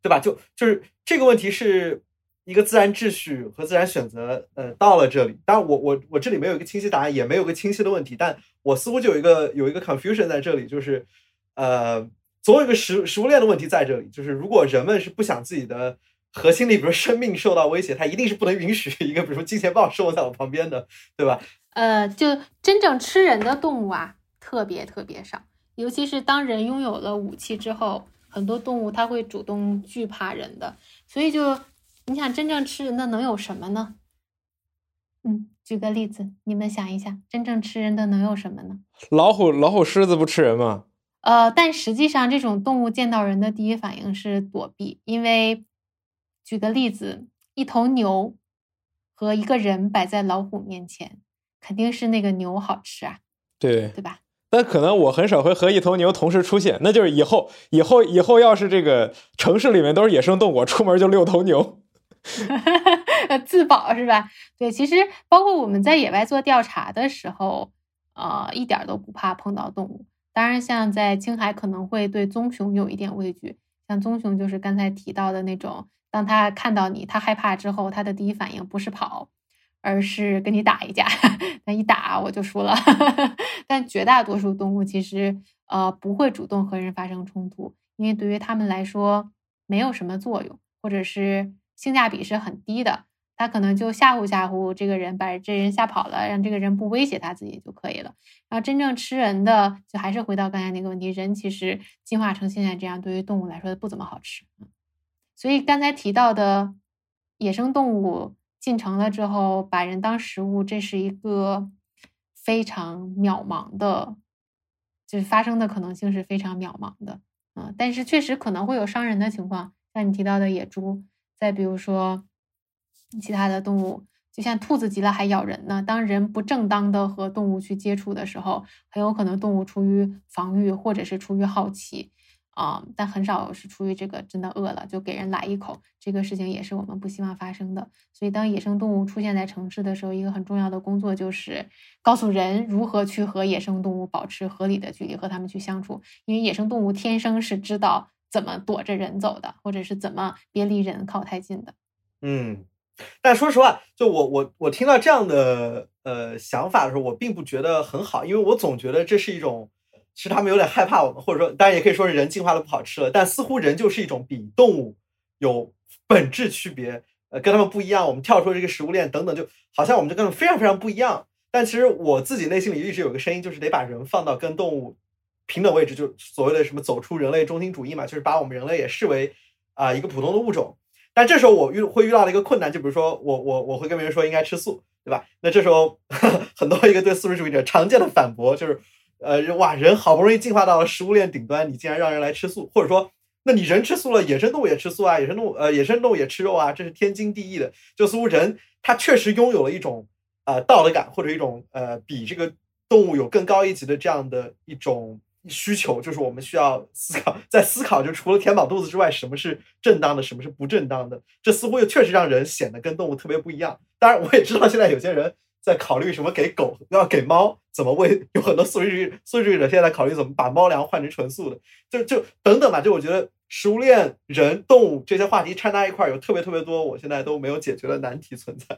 对吧？就是这个问题是一个自然秩序和自然选择，到了这里。当然我这里没有一个清晰答案，也没有一个清晰的问题，但我似乎就有一个 confusion 在这里，就是总有一个食物链的问题在这里，就是如果人们是不想自己的核心里，比如生命受到威胁，他一定是不能允许一个比如说金钱豹生活在我旁边的，对吧？ 就真正吃人的动物啊，特别特别少，尤其是当人拥有了武器之后，很多动物它会主动惧怕人的，所以就你想真正吃人的能有什么呢？举个例子，你们想一下，真正吃人的能有什么呢？ 老虎、狮子不吃人吗？ 但实际上这种动物见到人的第一反应是躲避，因为举个例子，一头牛和一个人摆在老虎面前，肯定是那个牛好吃啊， 对吧？ 但可能我很少会和一头牛同时出现，那就是以后要是这个城市里面都是野生动物，我出门就6头牛。 自保是吧？对，其实包括我们在野外做调查的时候，一点都不怕碰到动物。当然，像在青海可能会对棕熊有一点畏惧，像棕熊就是刚才提到的那种，当它看到你，它害怕之后，它的第一反应不是跑，而是跟你打一架。那一打我就输了。但绝大多数动物其实不会主动和人发生冲突，因为对于他们来说没有什么作用，或者是性价比是很低的，他可能就吓唬这个人，把这人吓跑了，让这个人不威胁他自己就可以了。然后真正吃人的，就还是回到刚才那个问题，人其实进化成现在这样，对于动物来说不怎么好吃。所以刚才提到的野生动物进城了之后把人当食物，这是一个非常渺茫的，就是发生的可能性是非常渺茫的。但是确实可能会有伤人的情况，像你提到的野猪，再比如说其他的动物，就像兔子急了还咬人呢。当人不正当的和动物去接触的时候，很有可能动物出于防御或者是出于好奇但很少是出于这个真的饿了就给人来一口，这个事情也是我们不希望发生的。所以当野生动物出现在城市的时候，一个很重要的工作就是告诉人如何去和野生动物保持合理的距离，和他们去相处。因为野生动物天生是知道怎么躲着人走的，或者是怎么别离人靠太近的。 但说实话，就我听到这样的想法的时候，我并不觉得很好，因为我总觉得这是一种是他们有点害怕我们，或者说当然也可以说是人进化的不好吃了，但似乎人就是一种比动物有本质区别，跟他们不一样，我们跳出这个食物链等等，就好像我们就跟他们非常非常不一样。但其实我自己内心里一直有个声音，就是得把人放到跟动物平等位置，就所谓的什么走出人类中心主义嘛，就是把我们人类也视为一个普通的物种。但这时候我会遇到了一个困难，就比如说我会跟别人说应该吃素，对吧？那这时候很多一个对素食主义者常见的反驳就是哇，人好不容易进化到了食物链顶端，你竟然让人来吃素，或者说那你人吃素了，野生动物也吃素啊，野生动物也吃肉啊，这是天经地义的。就似乎人他确实拥有了一种道德感，或者一种比这个动物有更高一级的这样的一种需求，就是我们需要思考就除了填饱肚子之外，什么是正当的，什么是不正当的。这似乎又确实让人显得跟动物特别不一样。当然我也知道现在有些人在考虑什么给狗要给猫怎么喂，有很多素食主义者现在在考虑怎么把猫粮换成纯素的，就等等吧。就我觉得食物链、人、动物这些话题掺在一块，有特别特别多我现在都没有解决的难题存在。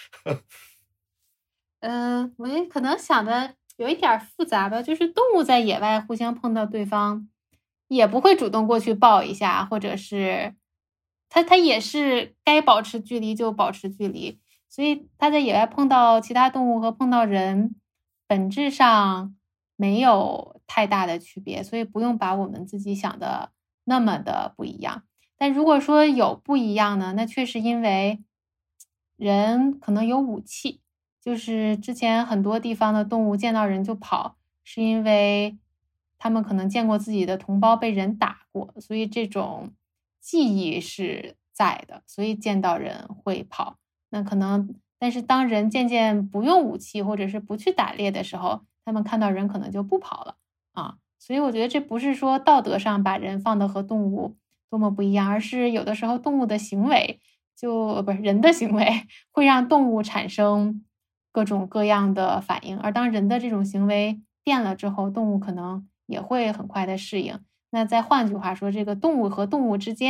我也可能想的有一点复杂吧，就是动物在野外互相碰到对方，也不会主动过去抱一下，或者是它也是该保持距离就保持距离，所以它在野外碰到其他动物和碰到人，本质上没有太大的区别，所以不用把我们自己想的那么的不一样。但如果说有不一样呢，那确实因为人可能有武器。就是之前很多地方的动物见到人就跑，是因为他们可能见过自己的同胞被人打过，所以这种记忆是在的，所以见到人会跑。那可能，但是当人渐渐不用武器或者是不去打猎的时候，他们看到人可能就不跑了所以我觉得这不是说道德上把人放的和动物多么不一样，而是有的时候动物的行为不是人的行为会让动物产生各种各样的反应，而当人的这种行为变了之后，动物可能也会很快的适应。那再换句话说，这个动物和动物之间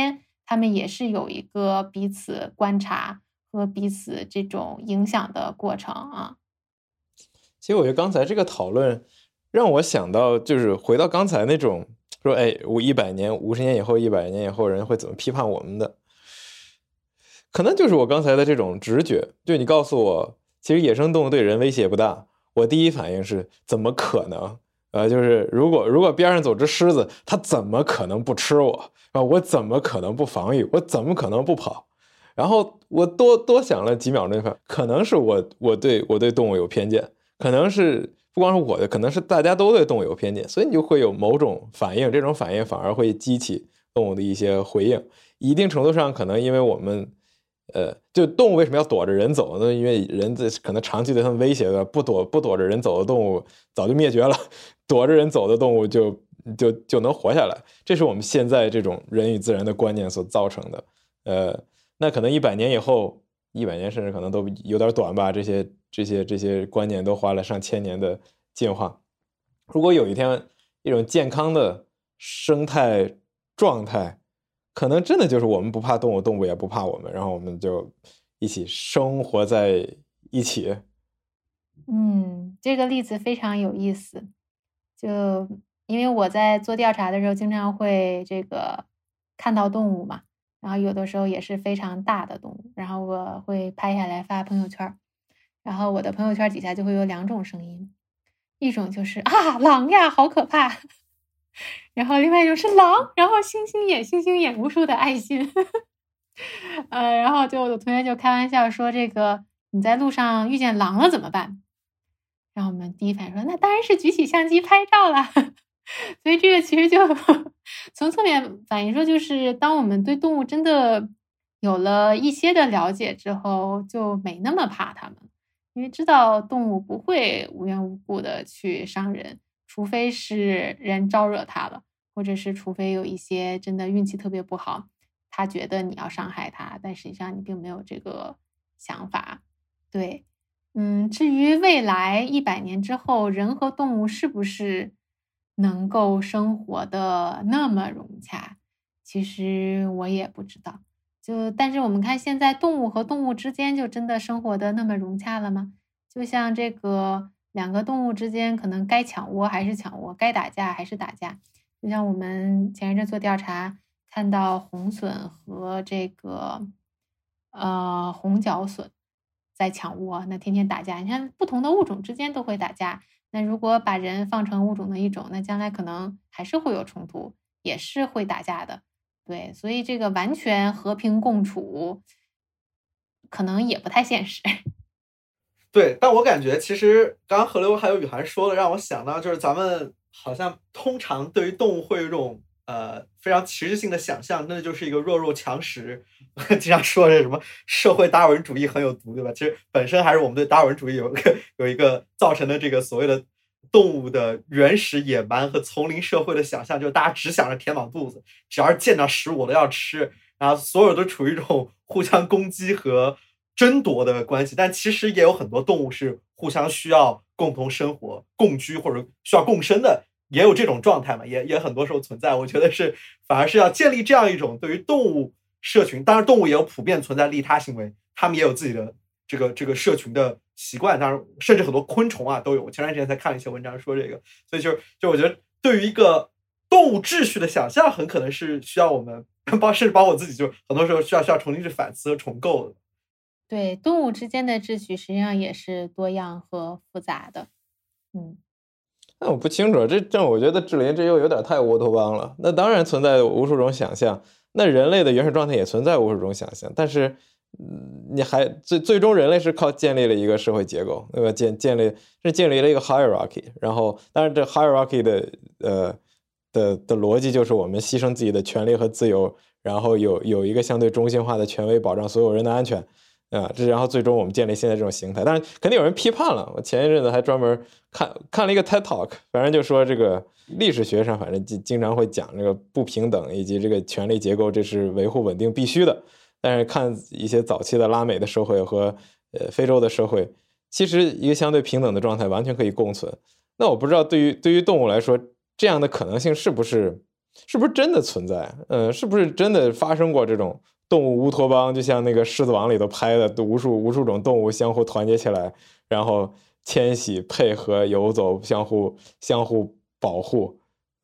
他们也是有一个彼此观察和彼此这种影响的过程啊。 其实我觉得刚才这个讨论让我想到，就是回到刚才那种说，哎，我100年、50年以后、100年以后人会怎么批判我们的，可能就是我刚才的这种直觉。就你告诉我，其实野生动物对人威胁不大，我第一反应是怎么可能？就是如果边上走只狮子，它怎么可能不吃我啊？我怎么可能不防御？我怎么可能不跑？然后我多想了几秒钟，可能是我对动物有偏见，可能是不光是我的，可能是大家都对动物有偏见，所以你就会有某种反应，这种反应反而会激起动物的一些回应。一定程度上，可能因为我们就动物为什么要躲着人走呢？因为人可能长期对它们威胁的，不躲着人走的动物早就灭绝了，躲着人走的动物就能活下来。这是我们现在这种人与自然的观念所造成的。那可能100年以后，100年甚至可能都有点短吧。这些观念都花了上千年的进化。如果有一天一种健康的生态状态，可能真的就是我们不怕动物，动物也不怕我们，然后我们就一起生活在一起。 这个例子非常有意思。就因为我在做调查的时候，经常会这个看到动物嘛，然后有的时候也是非常大的动物，然后我会拍下来发朋友圈，然后我的朋友圈底下就会有2种声音，一种就是啊，狼呀，好可怕。然后另外一种是狼，然后星星眼无数的爱心。然后就我的同学就开玩笑说，这个你在路上遇见狼了怎么办？然后我们第一反应说，那当然是举起相机拍照啦。所以这个其实就从侧面反映说，就是当我们对动物真的有了一些的了解之后，就没那么怕它们，因为知道动物不会无缘无故的去伤人，除非是人招惹它了，或者是除非有一些真的运气特别不好，他觉得你要伤害他，但实际上你并没有这个想法。对，至于未来100年之后，人和动物是不是能够生活的那么融洽，其实我也不知道。但是我们看现在动物和动物之间就真的生活的那么融洽了吗？就像这个2个动物之间可能该抢窝还是抢窝，该打架还是打架。就像我们前一阵做调查，看到红隼和这个红角隼在抢窝，那天天打架。你看不同的物种之间都会打架，那如果把人放成物种的一种，那将来可能还是会有冲突，也是会打架的。对，所以这个完全和平共处可能也不太现实。 对，但我感觉其实刚刚河流还有雨涵说的，让我想到就是咱们好像通常对于动物会有一种非常歧视性的想象，那就是一个弱强食。经常说这什么社会达尔文主义很有毒，对吧？其实本身还是我们对达尔文主义有一个造成的这个所谓的动物的原始野蛮和丛林社会的想象，就是大家只想着填饱肚子，只要见到食物我都要吃，然后所有都处于一种互相攻击和争夺的关系。但其实也有很多动物是互相需要共同生活、共居或者需要共生的，也有这种状态嘛，也很多时候存在。我觉得是反而是要建立这样一种对于动物社群，当然动物也有普遍存在利他行为，他们也有自己的这个社群的习惯，当然甚至很多昆虫啊都有。我前段时间才看了一些文章说这个，所以就我觉得对于一个动物秩序的想象，很可能是需要我们甚至包括我自己，就很多时候需要重新去反思和重构的。 对，动物之间的秩序实际上也是多样和复杂的。 那我不清楚，我觉得志林这又有点太乌托邦了。那当然存在无数种想象，那人类的原始状态也存在无数种想象，但是你还最终人类是靠建立了一个社会结构，对吧？建立了一个 hierarchy， 然后当然这 hierarchy 的逻辑就是我们牺牲自己的权利和自由，然后有一个相对中心化的权威保障所有人的安全。然后最终我们建立现在这种形态，当然肯定有人批判了。我前一阵子还专门看了一个 TED Talk， 反正就说这个历史学上反正经常会讲这个不平等以及这个权力结构，这是维护稳定必须的。但是看一些早期的拉美的社会和非洲的社会，其实一个相对平等的状态完全可以共存。那我不知道对于动物来说，这样的可能性是不是是不是真的存在？是不是真的发生过这种动物乌托邦？就像那个《狮子王》里头拍的，无数种动物相互团结起来，然后迁徙、配合、游走，相互保护。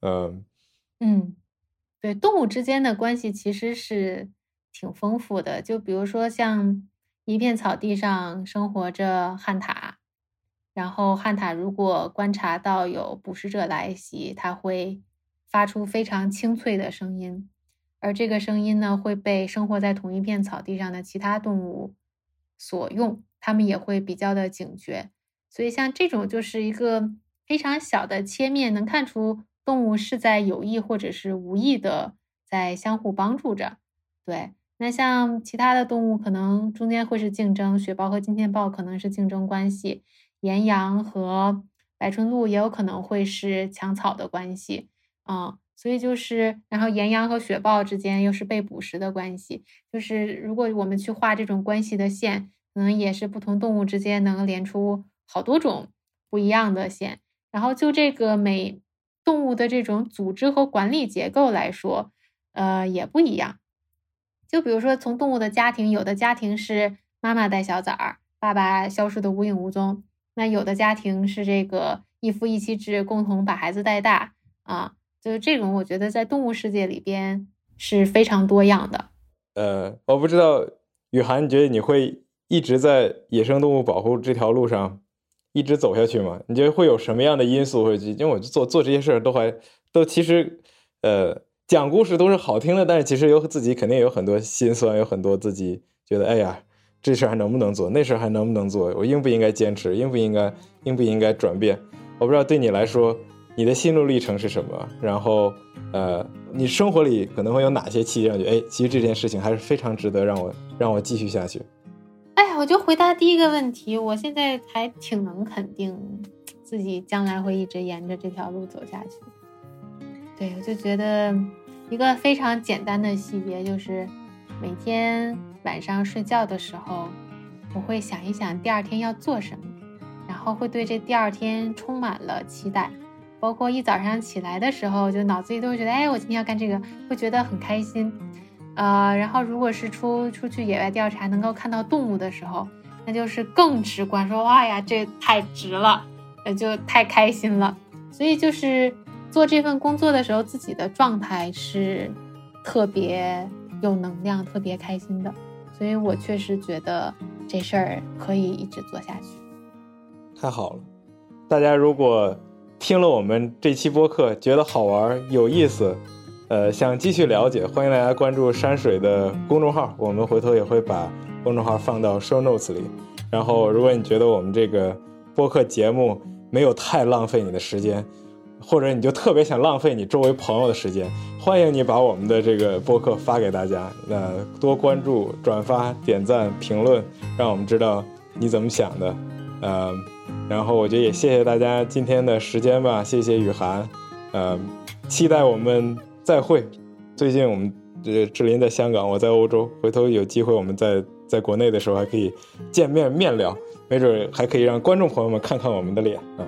对，动物之间的关系其实是挺丰富的。就比如说，像一片草地上生活着旱獭，然后旱獭如果观察到有捕食者来袭，它会发出非常清脆的声音，而这个声音呢，会被生活在同一片草地上的其他动物所用，它们也会比较的警觉。所以像这种就是一个非常小的切面，能看出动物是在有意或者是无意的在相互帮助着。对，那像其他的动物可能中间会是竞争，雪豹和金钱豹可能是竞争关系，岩羊和白唇鹿也有可能会是抢草的关系。所以就是然后岩羊和雪豹之间又是被捕食的关系。就是如果我们去画这种关系的线，可能也是不同动物之间能连出好多种不一样的线。然后就这个每动物的这种组织和管理结构来说，也不一样。就比如说从动物的家庭，有的家庭是妈妈带小崽儿，爸爸消失的无影无踪，那有的家庭是这个一夫一妻制，共同把孩子带大啊。就是这种我觉得在动物世界里边是非常多样的。 我不知道雨涵，你觉得你会一直在野生动物保护这条路上一直走下去吗？你觉得会有什么样的因素会去？因为我做这些事儿都其实讲故事都是好听的，但是其实自己肯定有很多心酸，有很多自己觉得哎呀，这事还能不能做，那事还能不能做，我应不应该坚持，应不应该转变？我不知道对你来说你的心路历程是什么，然后你生活里可能会有哪些契机让你觉得其实这件事情还是非常值得让我继续下去。 我就回答第一个问题，我现在还挺能肯定自己将来会一直沿着这条路走下去。对，我就觉得一个非常简单的细节，就是每天晚上睡觉的时候，我会想一想第二天要做什么，然后会对这第二天充满了期待。包括一早上起来的时候，就脑子里都会觉得我今天要干这个，会觉得很开心。然后如果是出去野外调查能够看到动物的时候，那就是更直观，说哇呀这太值了，就太开心了。所以就是做这份工作的时候，自己的状态是特别有能量，特别开心的。所以我确实觉得这事儿可以一直做下去。 太好了，大家如果听了我们这期播客觉得好玩有意思，想继续了解，欢迎大家关注山水的公众号，我们回头也会把公众号放到 show notes 里。然后如果你觉得我们这个播客节目没有太浪费你的时间，或者你就特别想浪费你周围朋友的时间，欢迎你把我们的这个播客发给大家，多关注、转发、点赞、评论，让我们知道你怎么想的。然后我觉得也谢谢大家今天的时间吧，谢谢雨涵，期待我们再会。最近我们志林在香港，我在欧洲，回头有机会我们在国内的时候还可以见面聊，没准还可以让观众朋友们看看我们的脸啊。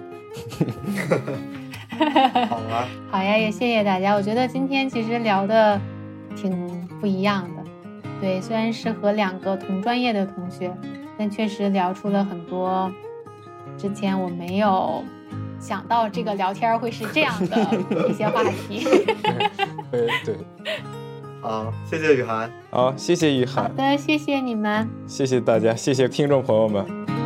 好啊， 好呀，也谢谢大家。我觉得今天其实聊的挺不一样的，对，虽然是和两个同专业的同学，但确实聊出了很多之前我没有想到这个聊天会是这样的一些话题。 对， 好，谢谢雨涵。 好，谢谢雨涵。 好的，谢谢你们， 谢谢大家，谢谢听众朋友们。